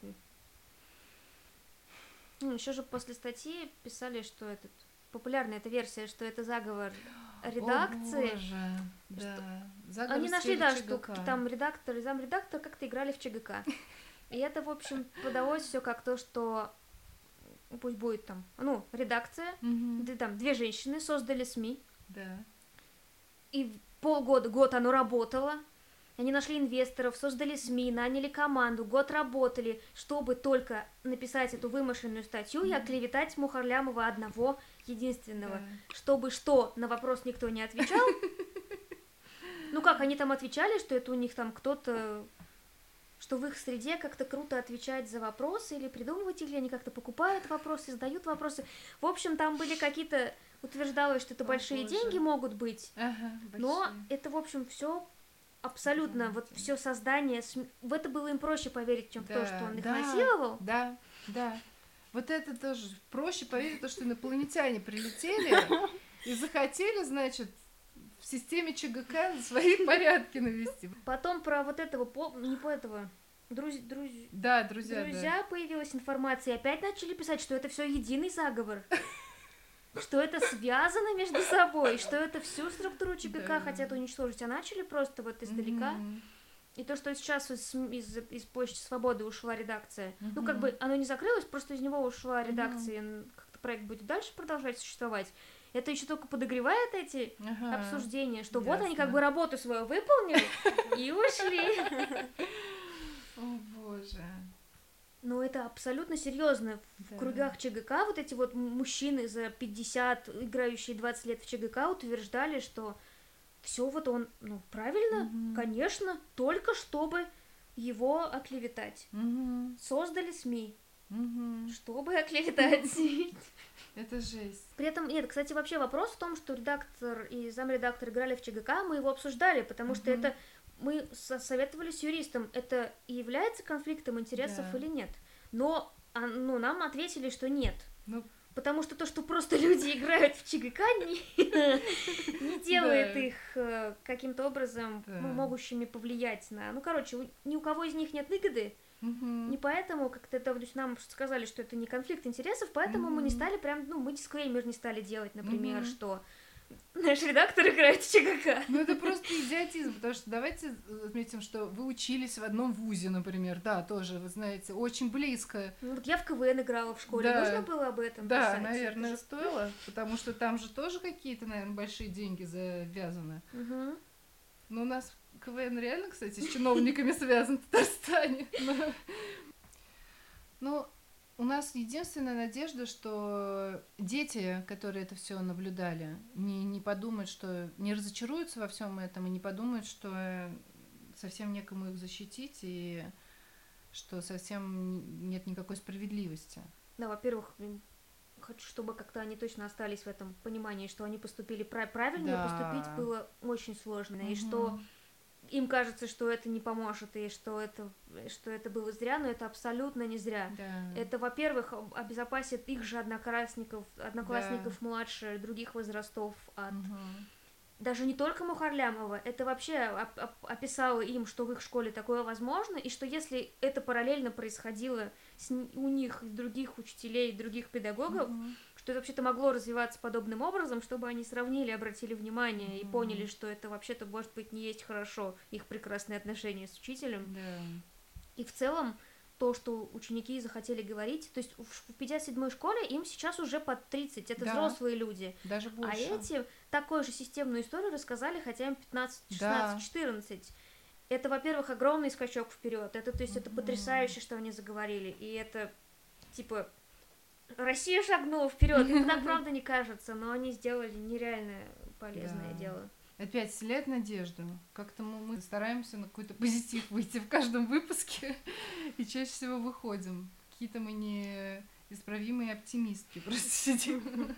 Ну, еще же после статьи писали, что этот популярная эта версия, что это заговор редакции. О, боже. Да. Заговор Они в нашли, сфере да, что ЧГК. там редактор и замредактор как-то играли в ЧГК. И это, в общем, подалось все как то, что пусть будет там, ну, редакция, Мгм. д- там две женщины создали СМИ, Да. и полгода, год оно работало. Они нашли инвесторов, создали СМИ, наняли команду, год работали, чтобы только написать эту вымышленную статью и оклеветать Мухарлямова одного, единственного. Да. Чтобы что, на вопрос никто не отвечал. Ну как, они там отвечали, что это у них там кто-то, что в их среде как-то круто отвечать за вопросы или придумывать их, или они как-то покупают вопросы, задают вопросы. В общем, там были какие-то, утверждалось, что это О, большие боже. деньги могут быть, Ага, но большие. это, в общем, все абсолютно, вот Замечательно. все создание, см- в это было им проще поверить, чем в то, Да, что он их да, насиловал. Да, да. Вот это тоже проще поверить, то, что инопланетяне прилетели и захотели, значит, в системе ЧГК свои порядки навести. Потом про вот этого, по- не по этого, друз, друз, Да, друзья, друзья, появилась информация, и опять начали писать, что это все единый заговор. Что это связано между собой, что это всю структуру ЧГК Да. хотят уничтожить, а начали просто вот да. издалека. Мгм. И то, что сейчас из, СМ- из, из Площади Свободы ушла редакция, ну как Мгм. бы оно не закрылось, просто из него ушла Мгм. редакция, и н- как-то проект будет дальше продолжать существовать. Это еще только подогревает эти Ага. обсуждения, что вот они как ясно. бы работу свою выполнили и ушли. О, боже. Но это абсолютно серьезно. В Да. кругах ЧГК вот эти вот м- мужчины за пятьдесят, играющие двадцать лет в ЧГК, утверждали, что все вот он, ну, правильно, Мгм. конечно, только чтобы его оклеветать. Мгм. Создали СМИ, Мгм. чтобы оклеветать. Это жесть. При этом, нет, кстати, вообще вопрос в том, что редактор и замредактор играли в ЧГК, мы его обсуждали, потому что Мгм. это мы со- советовали с юристом, это и является конфликтом интересов Да. или нет. Но а, ну, нам ответили, что нет. Ну, Потому что то, что просто люди играют в ЧГК, не, не делает Да. их э, каким-то образом Да. ну, могущими повлиять на... Ну, короче, у- ни у кого из них нет выгоды, мгм. не поэтому, как-то это, то есть нам сказали, что это не конфликт интересов, поэтому мы не Мгм. стали прям, ну, мы дисклеймер не стали делать, например, Мгм. что наш редактор играет в ЧГК. Ну, это просто идиотизм, потому что давайте отметим, что вы учились в одном вузе, например, да, тоже, вы знаете, очень близко. Ну, вот я в КВН играла в школе, Да. нужно было об этом Да, писать? наверное, Это же- стоило, потому что там же тоже какие-то, наверное, большие деньги завязаны. Мгм. Но у нас КВН реально, кстати, с чиновниками связан в Татарстане. Но- Ну, у нас единственная надежда, что дети, которые это все наблюдали, не, не подумают, что не разочаруются во всем этом и не подумают, что э, совсем некому их защитить и что совсем нет никакой справедливости. Да, во-первых, м, хочу, чтобы как-то они точно остались в этом понимании, что они поступили пра- правильно, и Да. поступить было очень сложно, и что Мгм. им кажется, что это не поможет, и что это, что это было зря, но это абсолютно не зря. Да. Это, во-первых, обезопасит их же одноклассников, одноклассников да. младше, других возрастов от... Угу. Даже не только Мухарлямова, это вообще оп- оп- описало им, что в их школе такое возможно, и что если это параллельно происходило с, у них, и других учителей, и других педагогов, mm-hmm. что это вообще-то могло развиваться подобным образом, чтобы они сравнили, обратили внимание mm-hmm. и поняли, что это вообще-то, может быть, не есть хорошо, их прекрасные отношения с учителем. Yeah. И в целом, то, что ученики захотели говорить, то есть в пятьдесят седьмой школе им сейчас уже под тридцать, это да. взрослые люди. Даже больше. А эти такую же системную историю рассказали, хотя им пятнадцать, шестнадцать, да. четырнадцать. Это, во-первых, огромный скачок вперед. Это, то есть, mm-hmm. это потрясающе, что они заговорили. И это, типа, Россия шагнула вперед. Им так, правда, не кажется, но они сделали нереально полезное да. дело. Опять вселяет надежду. Как-то мы, мы стараемся на какой-то позитив выйти в каждом выпуске, и чаще всего выходим. Какие-то мы неисправимые оптимистки просто сидим.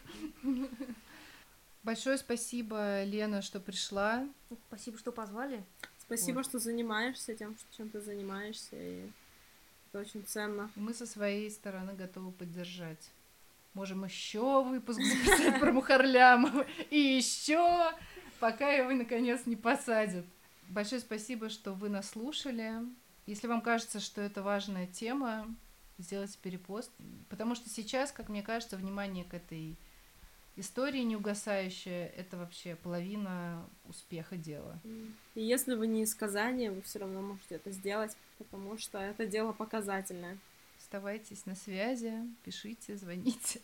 Большое спасибо, Лена, что пришла. Спасибо, что позвали. Спасибо, вот. Что занимаешься тем, чем ты занимаешься, и это очень ценно. И мы со своей стороны готовы поддержать. Можем еще выпуск записать про Мухарлямова, и еще... пока его, наконец, не посадят. Большое спасибо, что вы нас слушали. Если вам кажется, что это важная тема, сделайте перепост. Потому что сейчас, как мне кажется, внимание к этой истории неугасающая — это вообще половина успеха дела. И если вы не из Казани, вы все равно можете это сделать, потому что это дело показательное. Оставайтесь на связи, пишите, звоните,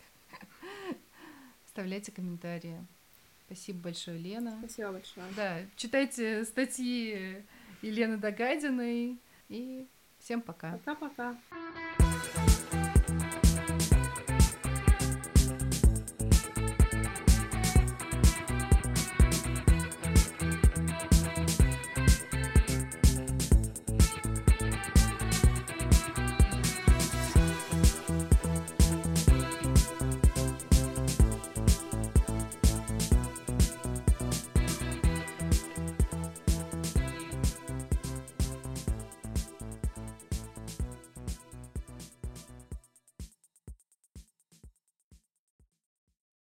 оставляйте комментарии. Спасибо большое, Лена. Спасибо большое. Да, читайте статьи Елены Догадиной. И всем пока. Пока-пока.